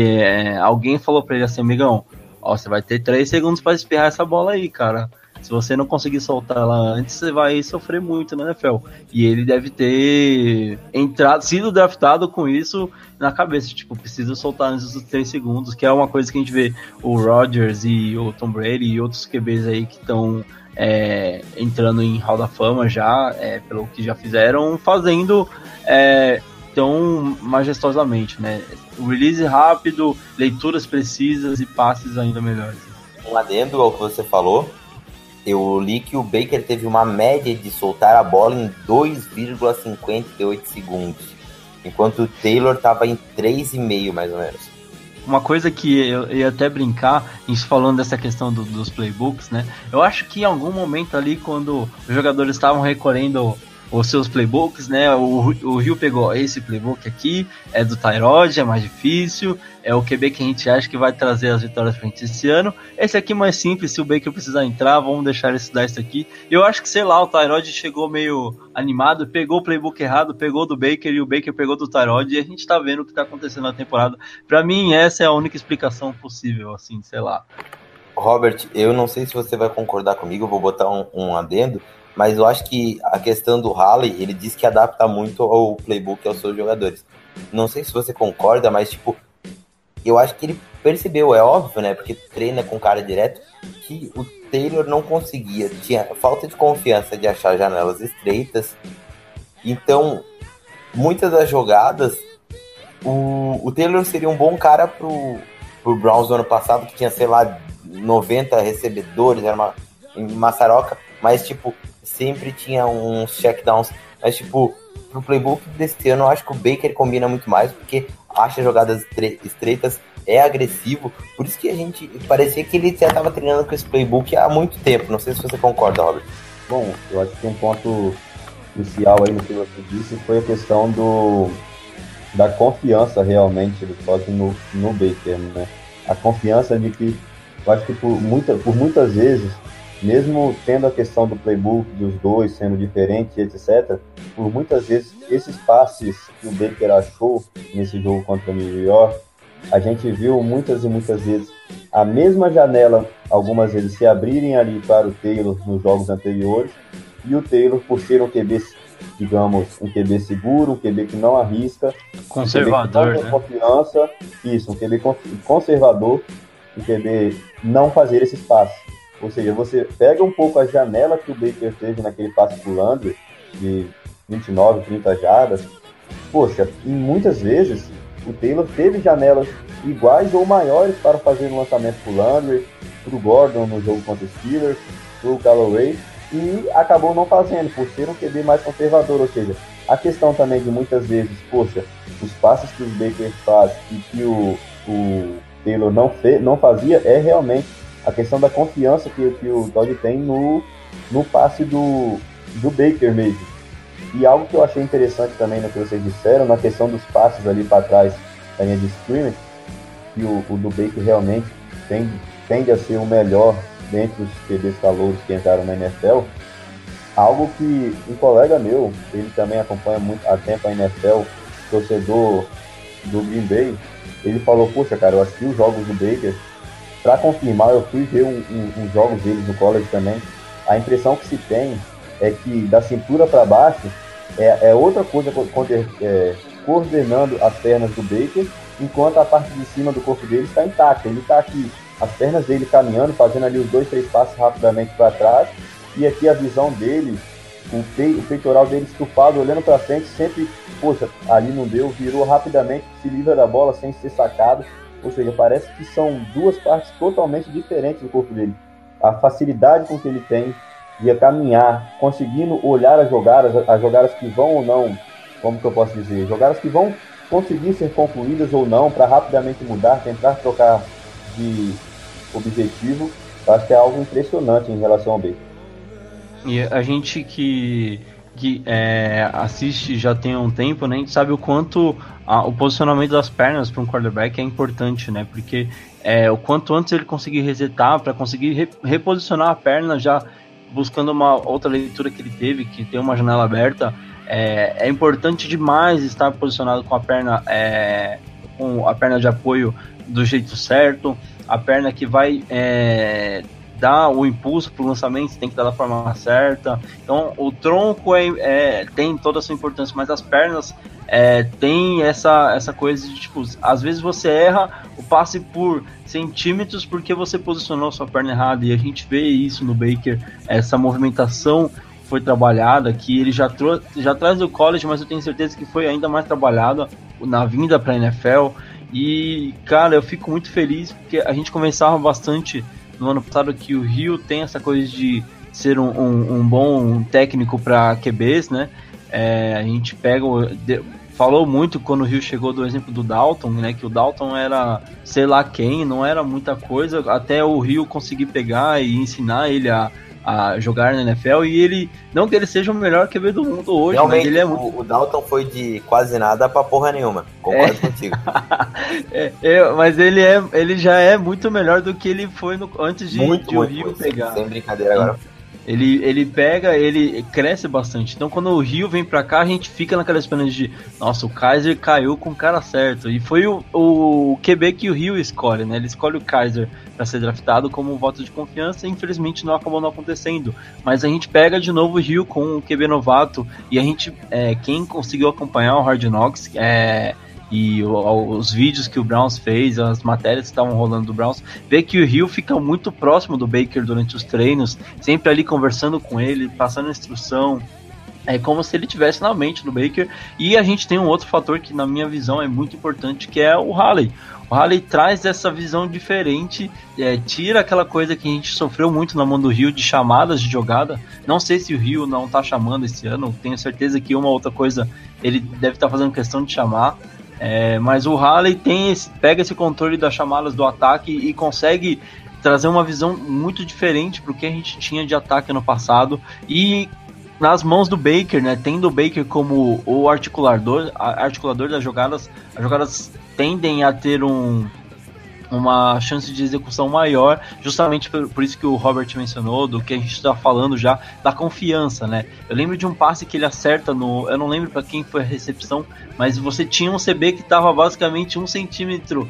Alguém falou para ele assim, amigão, você vai ter 3 segundos para espirrar essa bola aí, cara. Se você não conseguir soltar ela antes, você vai sofrer muito na NFL. E ele deve ter sido draftado com isso na cabeça. Tipo, preciso soltar antes dos 3 segundos, que é uma coisa que a gente vê o Rodgers e o Tom Brady e outros QBs aí que estão entrando em Hall da Fama já, pelo que já fizeram, fazendo tão majestosamente, né? O release rápido, leituras precisas e passes ainda melhores. Um adendo ao que você falou, eu li que o Baker teve uma média de soltar a bola em 2,58 segundos, enquanto o Taylor estava em 3,5 mais ou menos. Uma coisa que eu ia até brincar, falando dessa questão dos playbooks, né? Eu acho que em algum momento ali, quando os jogadores estavam recolhendo os seus playbooks, né? O Rio pegou esse playbook aqui, é do Tyrod, é mais difícil, é o QB que a gente acha que vai trazer as vitórias pra gente esse ano. Esse aqui é mais simples, se o Baker precisar entrar, vamos deixar ele estudar isso aqui. Eu acho que, sei lá, o Tyrod chegou meio animado, pegou o playbook errado, pegou do Baker e o Baker pegou do Tyrod, e a gente tá vendo o que tá acontecendo na temporada. Pra mim, essa é a única explicação possível, assim, sei lá. Robert, eu não sei se você vai concordar comigo, eu vou botar um adendo, mas eu acho que a questão do Halley, ele diz que adapta muito ao playbook aos seus jogadores. Não sei se você concorda, mas, tipo, eu acho que ele percebeu, é óbvio, né, porque treina com cara direto, que o Taylor não conseguia, tinha falta de confiança de achar janelas estreitas, então, muitas das jogadas, o Taylor seria um bom cara pro Browns do ano passado, que tinha, sei lá, 90 recebedores, era uma maçaroca, mas, tipo, sempre tinha uns checkdowns, mas, tipo, pro playbook desse ano, eu acho que o Baker combina muito mais, porque acha jogadas estreitas, é agressivo, por isso que a gente, parecia que ele já estava treinando com esse playbook há muito tempo, não sei se você concorda, Robert. Bom, eu acho que um ponto crucial aí no que você disse foi a questão da confiança realmente do Todd no Baker, né? A confiança de que, eu acho que por muitas vezes, mesmo tendo a questão do playbook dos dois sendo diferente, etc., por muitas vezes, esses passes que o Baker achou nesse jogo contra o New York, a gente viu muitas e muitas vezes a mesma janela, algumas vezes se abrirem ali para o Taylor nos jogos anteriores, e o Taylor, por ser um QB, digamos, um QB seguro, um QB que não arrisca, conservador, um QB que confiança, isso, um QB conservador, um QB não fazer esses passes. Ou seja, você pega um pouco a janela que o Baker teve naquele passe pro Landry, de 29, 30 jardas, poxa, e muitas vezes o Taylor teve janelas iguais ou maiores para fazer um lançamento pro Landry, pro Gordon no jogo contra os Steelers, pro Callaway, e acabou não fazendo, por ser um QB mais conservador. Ou seja, a questão também de muitas vezes, poxa, os passes que o Baker faz e que o Taylor não fazia, é realmente a questão da confiança que o Todd tem no passe do Baker mesmo. E algo que eu achei interessante também no que vocês disseram, na questão dos passes ali para trás da linha de scrimmage, que o do Baker realmente tende a ser o melhor dentre os QBs calouros que entraram na NFL. Algo que um colega meu, ele também acompanha muito há tempo a NFL, torcedor do Green Bay, ele falou, poxa, cara, eu assisti os jogos do Baker, para confirmar, eu fui ver uns jogos deles no college também, a impressão que se tem é que da cintura para baixo é outra coisa coordenando as pernas do Baker, enquanto a parte de cima do corpo dele está intacta. Ele está aqui, as pernas dele caminhando, fazendo ali os 2, 3 passos rapidamente para trás, e aqui a visão dele, o peitoral dele estufado, olhando para frente, sempre, poxa, ali não deu, virou rapidamente, se livra da bola sem ser sacado. Ou seja, parece que são duas partes totalmente diferentes do corpo dele. A facilidade com que ele tem de caminhar, conseguindo olhar as jogadas que vão ou não, como que eu posso dizer, jogadas que vão conseguir ser concluídas ou não, para rapidamente mudar, tentar trocar de objetivo. Eu acho que é algo impressionante em relação ao Baker. E a gente que assiste já tem um tempo, né, a gente sabe o quanto o posicionamento das pernas para um quarterback é importante, né, porque o quanto antes ele conseguir resetar, para conseguir reposicionar a perna, já buscando uma outra leitura que ele teve, que tem uma janela aberta, é importante demais estar posicionado com a perna de apoio do jeito certo, a perna que vai dar o impulso para o lançamento, tem que dar da forma certa. Então o tronco tem toda a sua importância, mas as pernas tem essa coisa de, tipo, às vezes você erra o passe por centímetros porque você posicionou sua perna errada, e a gente vê isso no Baker, essa movimentação foi trabalhada, que ele já traz do college, mas eu tenho certeza que foi ainda mais trabalhada na vinda para a NFL. E, cara, eu fico muito feliz, porque a gente conversava bastante no ano passado que o Rio tem essa coisa de ser um bom técnico para QBs, né? A gente falou muito quando o Rio chegou do exemplo do Dalton, né? Que o Dalton era sei lá quem, não era muita coisa, até o Rio conseguir pegar e ensinar ele a a jogar na NFL, e ele, não que ele seja o melhor QB do mundo hoje, realmente, mas ele é muito... o Dalton foi de quase nada pra porra nenhuma, concordo contigo. Mas ele já é muito melhor do que ele foi antes de o Rio pegar. Sem brincadeira agora. Ele pega, ele cresce bastante. Então quando o Rio vem pra cá, a gente fica naquela esperança de, nossa, o Kaiser caiu com o cara certo. E foi o QB que o Rio escolhe, né? Ele escolhe o Kaiser para ser draftado como um voto de confiança, e infelizmente não acabou não acontecendo. Mas a gente pega de novo o Rio com o QB novato, e a gente, quem conseguiu acompanhar o Hard Knocks, e os vídeos que o Browns fez, as matérias que estavam rolando do Browns, vê que o Hill fica muito próximo do Baker durante os treinos, sempre ali conversando com ele, passando instrução, como se ele estivesse na mente do Baker. E a gente tem um outro fator que na minha visão é muito importante, que é o Halley. O Halley traz essa visão diferente, tira aquela coisa que a gente sofreu muito na mão do Hill, de chamadas de jogada. Não sei se o Hill não está chamando esse ano, tenho certeza que uma outra coisa ele deve estar fazendo questão de chamar. Mas o Halley pega esse controle das chamadas do ataque e consegue trazer uma visão muito diferente para o que a gente tinha de ataque no passado, e nas mãos do Baker, né, tendo o Baker como o articulador das jogadas, as jogadas tendem a ter uma chance de execução maior, justamente por isso que o Robert mencionou, do que a gente está falando já, da confiança, né? Eu lembro de um passe que ele acerta eu não lembro para quem foi a recepção, mas você tinha um CB que estava basicamente 1 centímetro,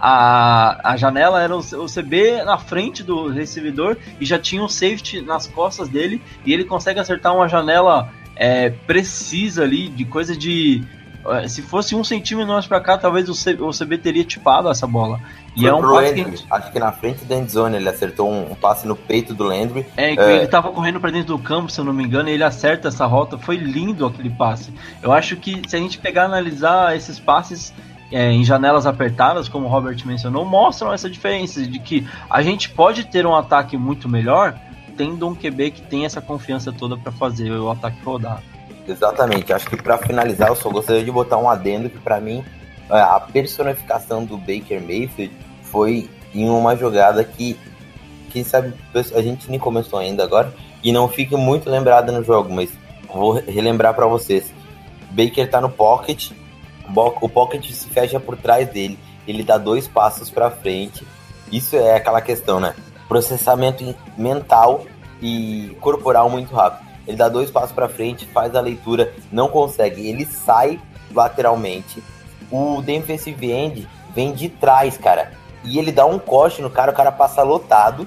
a janela era o CB na frente do recebedor, e já tinha um safety nas costas dele, e ele consegue acertar uma janela precisa ali, de coisa de... Se fosse 1 centímetro mais pra cá, talvez o CB teria tipado essa bola. E foi pro Landry, acho que na frente da endzone ele acertou um passe no peito do Landry. Ele tava correndo pra dentro do campo, se eu não me engano, e ele acerta essa rota. Foi lindo aquele passe. Eu acho que se a gente pegar e analisar esses passes em janelas apertadas, como o Robert mencionou, mostram essa diferença de que a gente pode ter um ataque muito melhor tendo um QB que tem essa confiança toda para fazer o ataque rodar. Exatamente, acho que para finalizar eu só gostaria de botar um adendo que para mim a personificação do Baker Mayfield foi em uma jogada que, quem sabe, a gente nem começou ainda agora e não fica muito lembrada no jogo, mas vou relembrar para vocês. Baker tá no pocket, o pocket se fecha por trás dele, ele dá 2 passos para frente. Isso é aquela questão, né? Processamento mental e corporal muito rápido. Ele dá 2 passos para frente, faz a leitura, não consegue, ele sai lateralmente. O defensive end vem de trás, cara, e ele dá um corte no cara, o cara passa lotado,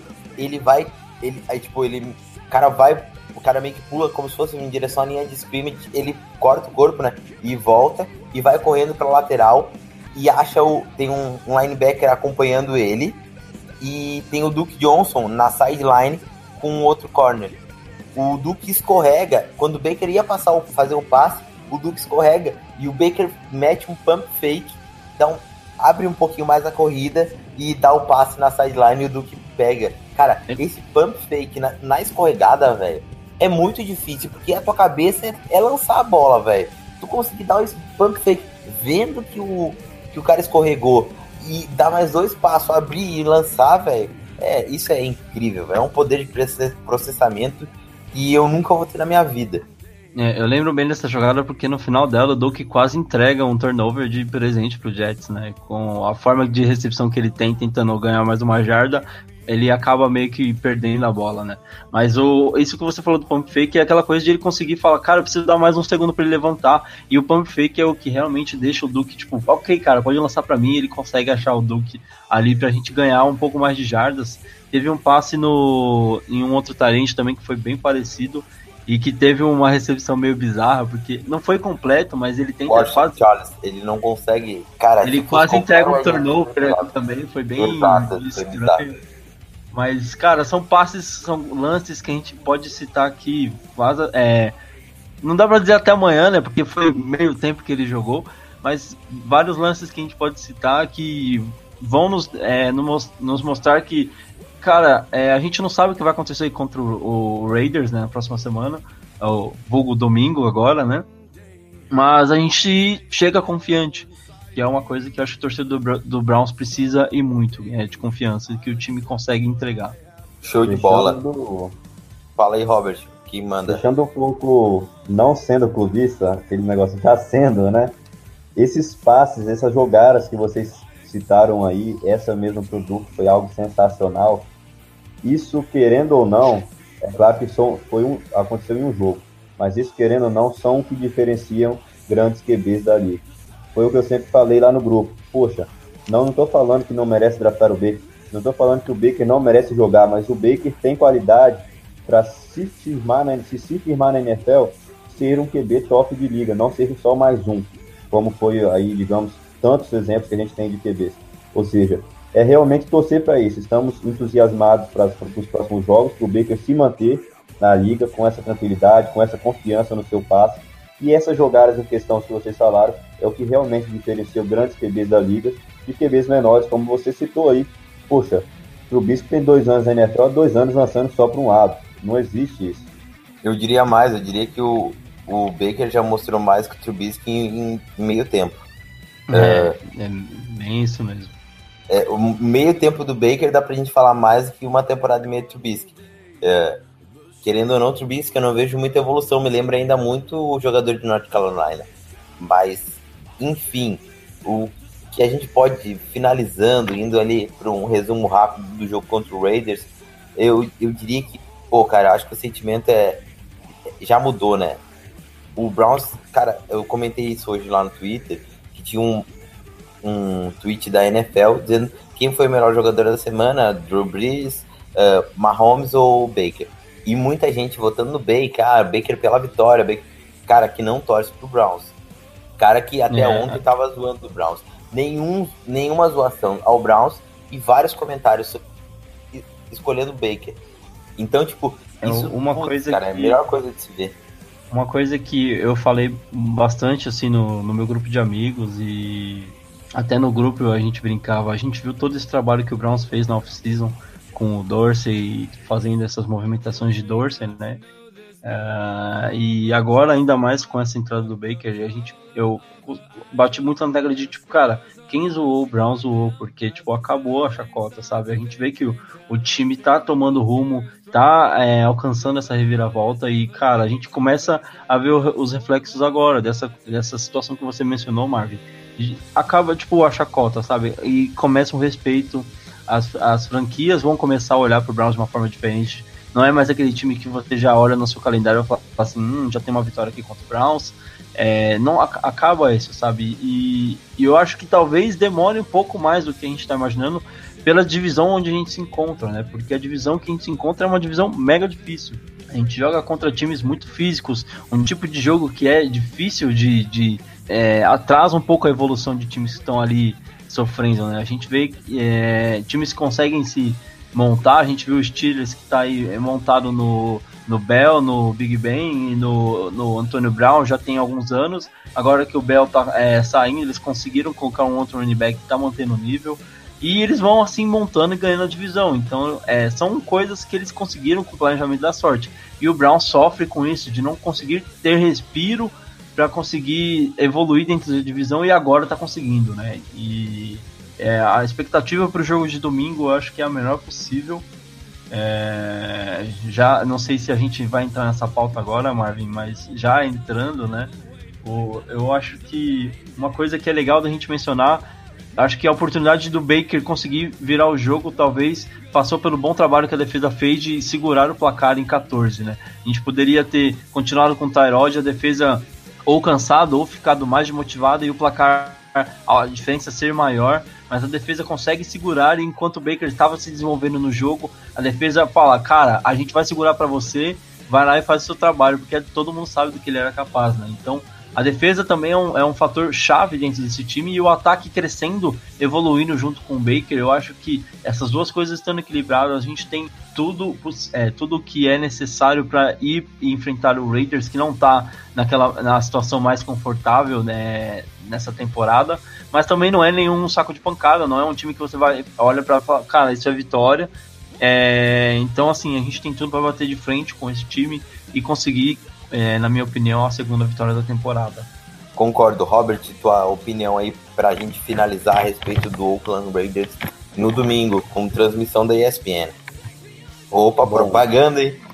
o cara meio que pula como se fosse em direção à linha de scrimmage, ele corta o corpo, né, e volta, e vai correndo pra lateral, e tem um linebacker acompanhando ele, e tem o Duke Johnson na sideline com outro corner. O Duke escorrega, quando o Baker ia fazer o passe, o Duke escorrega e o Baker mete um pump fake, abre um pouquinho mais a corrida e dá o passe na sideline e o Duke pega. Cara, esse pump fake na escorregada, velho, é muito difícil, porque a tua cabeça é lançar a bola, velho. Tu conseguir dar esse pump fake vendo que o cara escorregou e dar mais 2 passos, abrir e lançar, velho, isso é incrível, véio. É um poder de processamento e eu nunca vou ter na minha vida. Eu lembro bem dessa jogada porque no final dela o Duke quase entrega um turnover de presente pro Jets, né? Com a forma de recepção que ele tem, tentando ganhar mais uma jarda, ele acaba meio que perdendo a bola, né? Mas isso que você falou do pump fake é aquela coisa de ele conseguir falar, cara, eu preciso dar mais um segundo pra ele levantar, e o pump fake é o que realmente deixa o Duke, tipo, ok, cara, pode lançar pra mim, ele consegue achar o Duke ali pra gente ganhar um pouco mais de jardas. Teve um passe em um outro talento também que foi bem parecido, e que teve uma recepção meio bizarra, porque não foi completo, mas ele tenta quase... Charles, ele não consegue... Cara, ele quase entrega um turnover também, foi bem estranho. Mas, cara, são lances que a gente pode citar aqui, não dá pra dizer até amanhã, né, porque foi meio tempo que ele jogou, mas vários lances que a gente pode citar que vão nos mostrar que, cara, a gente não sabe o que vai acontecer contra o Raiders, né, na próxima semana, o vulgo domingo agora, né, mas a gente chega confiante, que é uma coisa que eu acho que o torcedor do Browns precisa e muito, de confiança, que o time consegue entregar. Show de bola. Fala aí, Robert, que manda. Deixando um pouco, não sendo clubista, aquele negócio já sendo, né? Esses passes, essas jogadas que vocês citaram aí, essa mesmo produto foi algo sensacional. Isso, querendo ou não, é claro que aconteceu em um jogo, mas isso, querendo ou não, são o que diferenciam grandes QBs da liga. Foi o que eu sempre falei lá no grupo. Poxa, não estou falando que não merece draftar o Baker, não estou falando que o Baker não merece jogar, mas o Baker tem qualidade para se firmar na NFL, ser um QB top de liga, não ser só mais um, como foi aí, digamos, tantos exemplos que a gente tem de QBs. Ou seja, é realmente torcer para isso. Estamos entusiasmados para os próximos jogos, para o Baker se manter na liga com essa tranquilidade, com essa confiança no seu passe. E essas jogadas em questão que vocês falaram é o que realmente diferencia grandes QBs da liga de QBs menores, como você citou aí. Poxa, o Trubisky tem 2 anos na NFL, 2 anos lançando só para um lado. Não existe isso. Eu diria mais, eu diria que o Baker já mostrou mais que o Trubisky em meio tempo. É bem isso mesmo. O meio tempo do Baker dá pra gente falar mais do que uma temporada e meia de Trubisky. Querendo ou não, Trubisky, eu não vejo muita evolução, me lembra ainda muito o jogador de North Carolina. Mas, enfim, o que a gente pode, finalizando, indo ali para um resumo rápido do jogo contra o Raiders, eu diria que, cara, acho que o sentimento já mudou, né? O Browns, cara, eu comentei isso hoje lá no Twitter, que tinha um tweet da NFL dizendo quem foi o melhor jogador da semana, Drew Brees, Mahomes ou Baker. E muita gente votando no Baker, Baker pela vitória, Baker, cara que não torce pro Browns. Cara que até ontem tava zoando do Browns. Nenhuma zoação ao Browns e vários comentários escolhendo o Baker. Então, tipo, isso cara, é a melhor coisa de se ver. Uma coisa que eu falei bastante assim no meu grupo de amigos e até no grupo a gente brincava, a gente viu todo esse trabalho que o Browns fez na off-season com o Dorsey, fazendo essas movimentações de Dorsey, né? E agora, ainda mais com essa entrada do Baker, eu bati muito na tecla de, tipo, cara, quem zoou o Browns zoou, porque, tipo, acabou a chacota, sabe? A gente vê que o time tá tomando rumo, tá alcançando essa reviravolta e, cara, a gente começa a ver os reflexos agora dessa situação que você mencionou, Marvin. Acaba, tipo, a chacota, sabe? E começa um respeito, as franquias vão começar a olhar pro Browns de uma forma diferente. Não é mais aquele time que você já olha no seu calendário e fala assim, já tem uma vitória aqui contra o Browns. Não acaba isso, sabe? E eu acho que talvez demore um pouco mais do que a gente está imaginando pela divisão onde a gente se encontra, né? Porque a divisão que a gente se encontra é uma divisão mega difícil. A gente joga contra times muito físicos, um tipo de jogo que é difícil atrasa um pouco a evolução de times que estão ali sofrendo, né? A gente vê times que conseguem se montar, a gente viu o Steelers que está aí montado no Bell, no Big Ben e no Antonio Brown já tem alguns anos. Agora que o Bell tá saindo, eles conseguiram colocar um outro running back que está mantendo o nível e eles vão assim montando e ganhando a divisão. Então são coisas que eles conseguiram com o planejamento da sorte, e o Brown sofre com isso, de não conseguir ter respiro para conseguir evoluir dentro da divisão, e agora está conseguindo, né? E a expectativa para o jogo de domingo eu acho que é a melhor possível. Já não sei se a gente vai entrar nessa pauta agora, Marvin, mas já entrando, né? Eu acho que uma coisa que é legal da gente mencionar, acho que a oportunidade do Baker conseguir virar o jogo talvez passou pelo bom trabalho que a defesa fez de segurar o placar em 14, né? A gente poderia ter continuado com o Tyrod, a defesa ou cansado ou ficado mais desmotivada e o placar, a diferença ser maior, mas a defesa consegue segurar, e enquanto o Baker estava se desenvolvendo no jogo, a defesa fala, cara, a gente vai segurar para você, vai lá e faz o seu trabalho, porque todo mundo sabe do que ele era capaz, né? Então a defesa também é um fator chave dentro desse time, e o ataque crescendo, evoluindo junto com o Baker. Eu acho que essas duas coisas estando equilibradas, a gente tem tudo que é necessário para ir e enfrentar o Raiders, que não está na situação mais confortável, né, nessa temporada, mas também não é nenhum saco de pancada, não é um time que você olha para falar, cara, isso é vitória. Então assim, a gente tem tudo para bater de frente com esse time e conseguir, na minha opinião, a segunda vitória da temporada. Concordo. Robert, tua opinião aí pra gente finalizar a respeito do Oakland Raiders no domingo, com transmissão da ESPN. Opa, propaganda, hein?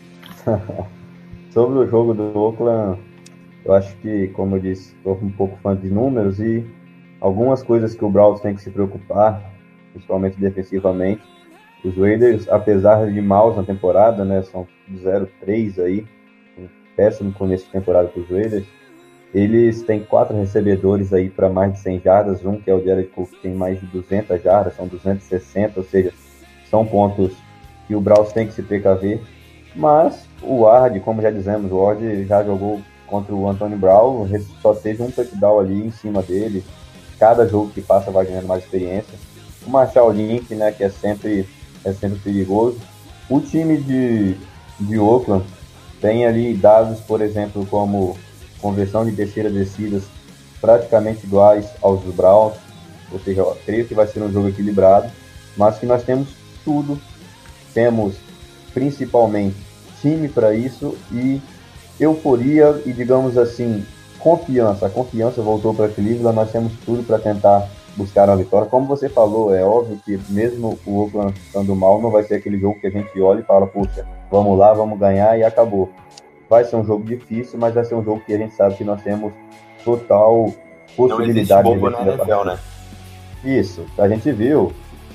Sobre o jogo do Oakland, eu acho que, como eu disse, estou um pouco fã de números e algumas coisas que o Browns tem que se preocupar, principalmente defensivamente. Os Raiders, apesar de maus na temporada, né, são 0-3 aí, um péssimo começo de temporada para os Raiders. Eles têm 4 recebedores aí para mais de 100 jardas, um que é o Jared Cook, que tem mais de 200 jardas, são 260, ou seja, são pontos que o Browns tem que se precaver. Mas o Ward, como já dizemos, o Ward já jogou contra o Antonio Brown, só teve um touchdown ali em cima dele. Cada jogo que passa vai ganhando mais experiência. O Marshall Lynch, né, que é sempre perigoso. O time de Oakland tem ali dados, por exemplo, como conversão de terceiras descidas praticamente iguais aos do Browns. Ou seja, eu creio que vai ser um jogo equilibrado, mas que nós temos tudo. Temos principalmente time para isso e euforia e, digamos assim, confiança. A confiança voltou para Cleveland, nós temos tudo para tentar buscar uma vitória. Como você falou, é óbvio que mesmo o Oakland estando mal, não vai ser aquele jogo que a gente olha e fala, puxa, vamos lá, vamos ganhar e acabou. Vai ser um jogo difícil, mas vai ser um jogo que a gente sabe que nós temos total possibilidade de vencer na NFL, né? Isso, a gente viu,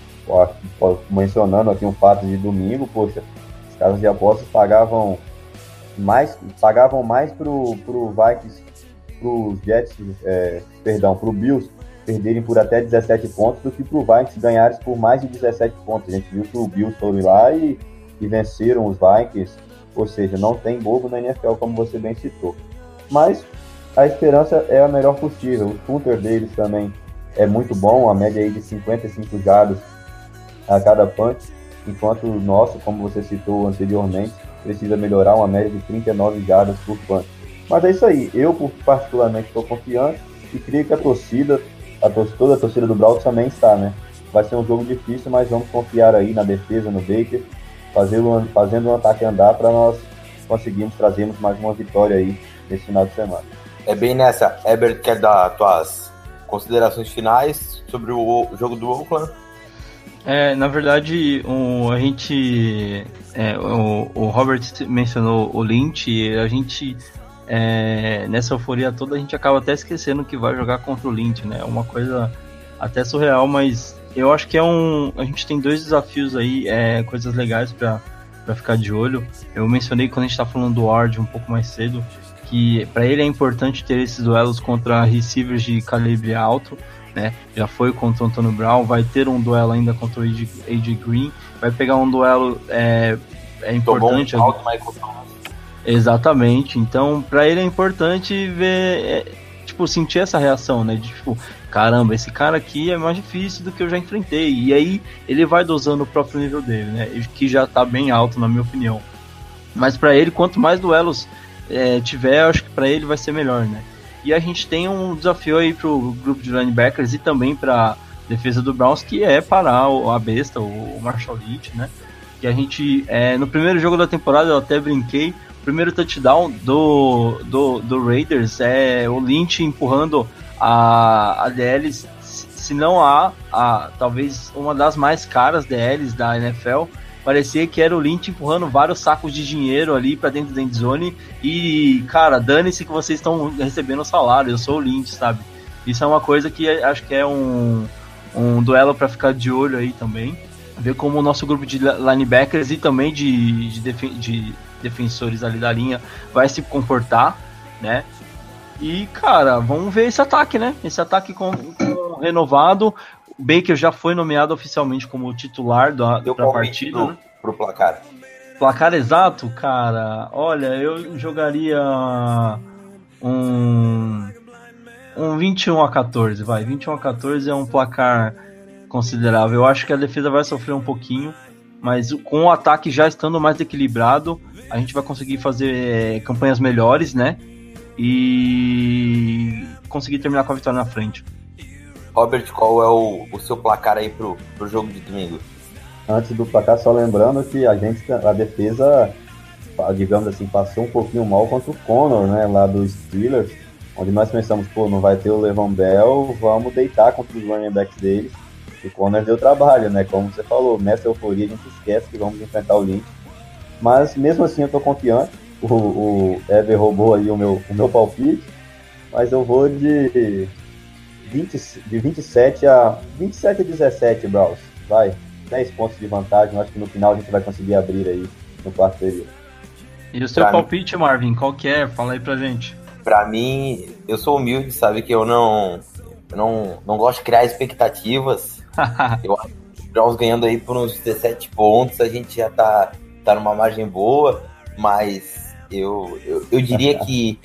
mencionando aqui um fato de domingo, poxa, as casas de apostas pagavam mais pro Vikings, pro Jets, pro Bills perderem por até 17 pontos do que pro Vikings ganharem por mais de 17 pontos. A gente viu que o Bills foram lá e venceram os Vikings, ou seja, não tem bobo na NFL, como você bem citou. Mas a esperança é a melhor possível. O punter deles também é muito bom, a média aí de 55 jardas a cada punch, enquanto o nosso, como você citou anteriormente, precisa melhorar uma média de 39 jardas por punch. Mas é isso aí, eu particularmente estou confiante e creio que toda a torcida do Browns também está, né? Vai ser um jogo difícil, mas vamos confiar aí na defesa, no Baker, fazendo um ataque andar para nós conseguirmos trazermos mais uma vitória aí nesse final de semana. É bem nessa. Herbert, quer dar tuas considerações finais sobre o jogo do Oakland? Na verdade, o Robert mencionou o Lynch e a gente, nessa euforia toda, a gente acaba até esquecendo que vai jogar contra o Lynch, né? É uma coisa até surreal, mas eu acho que a gente tem 2 desafios aí, coisas legais para ficar de olho. Eu mencionei quando a gente tá falando do Ward um pouco mais cedo, que para ele é importante ter esses duelos contra receivers de calibre alto, né? Já foi contra o Antonio Brown, vai ter um duelo ainda contra o AJ Green, vai pegar um duelo importante. Exatamente, então para ele é importante ver, sentir essa reação, né? De caramba, esse cara aqui é mais difícil do que eu já enfrentei, e aí ele vai dosando o próprio nível dele, né? Que já tá bem alto, na minha opinião. Mas para ele, quanto mais duelos tiver, eu acho que para ele vai ser melhor, né? E a gente tem um desafio aí pro grupo de linebackers e também pra defesa do Browns, que é parar a besta, o Marshall Lynch, né? Que a gente, no primeiro jogo da temporada, eu até brinquei, o primeiro touchdown do Raiders é o Lynch empurrando a DLs, se não talvez uma das mais caras DLs da NFL. Parecia que era o Lynch empurrando vários sacos de dinheiro ali pra dentro da endzone e, cara, dane-se que vocês estão recebendo o salário, eu sou o Lynch, sabe? Isso é uma coisa que acho que é um duelo pra ficar de olho aí também. Ver como o nosso grupo de linebackers e também de defensores ali da linha vai se comportar, né? E, cara, vamos ver esse ataque, né? Esse ataque com renovado. O Baker já foi nomeado oficialmente como titular da partida, né? Pro placar. Placar exato, cara. Olha, eu jogaria um 21-14, vai. 21-14 é um placar considerável. Eu acho que a defesa vai sofrer um pouquinho, mas com o ataque já estando mais equilibrado, a gente vai conseguir fazer campanhas melhores, né? E conseguir terminar com a vitória na frente. Robert, qual é o seu placar aí pro jogo de domingo? Antes do placar, só lembrando que a defesa, digamos assim, passou um pouquinho mal contra o Connor, né, lá dos Steelers, onde nós pensamos, não vai ter o Le'Veon Bell, vamos deitar contra os running backs deles. E o Connor deu trabalho, né, como você falou, nessa euforia a gente esquece que vamos enfrentar o Lynch. Mas mesmo assim eu tô confiante. O Ever roubou aí o meu palpite, mas eu vou de 27 a 17, Browns. Vai, 10 pontos de vantagem. Eu acho que no final a gente vai conseguir abrir aí no quarto período. E o seu palpite, Marvin, qual que é? Fala aí pra gente. Pra mim, eu sou humilde, sabe que eu não gosto de criar expectativas. Eu acho que o Browns ganhando aí por uns 17 pontos, a gente já tá numa margem boa, mas eu diria que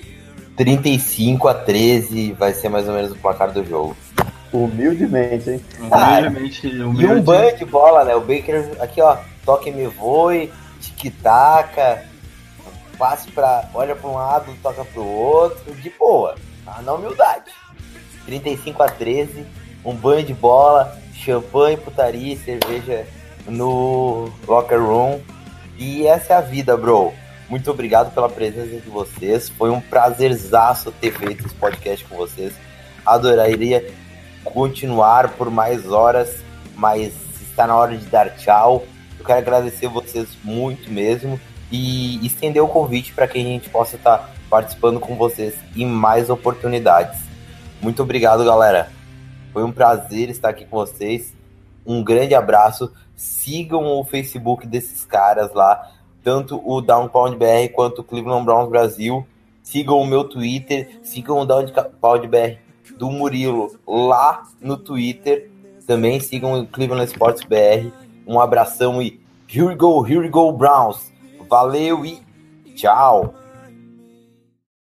35-13 vai ser mais ou menos o placar do jogo. Humildemente, hein? Humildemente. E um banho de bola, né? O Baker, aqui ó, toque me voe, tic-taca, passe olha pra um lado, toca pro outro, de boa, tá? Na humildade. 35-13, um banho de bola, champanhe, putaria, cerveja no locker room. E essa é a vida, bro. Muito obrigado pela presença de vocês. Foi um prazerzaço ter feito esse podcast com vocês. Adoraria continuar por mais horas, mas está na hora de dar tchau. Eu quero agradecer vocês muito mesmo e estender o convite para que a gente possa estar participando com vocês em mais oportunidades. Muito obrigado, galera. Foi um prazer estar aqui com vocês. Um grande abraço. Sigam o Facebook desses caras lá, tanto o Downpound BR quanto o Cleveland Browns Brasil. Sigam o meu Twitter, sigam o Downpound BR do Murilo lá no Twitter. Também sigam o Cleveland Sports BR. Um abração e here we go Browns. Valeu e tchau!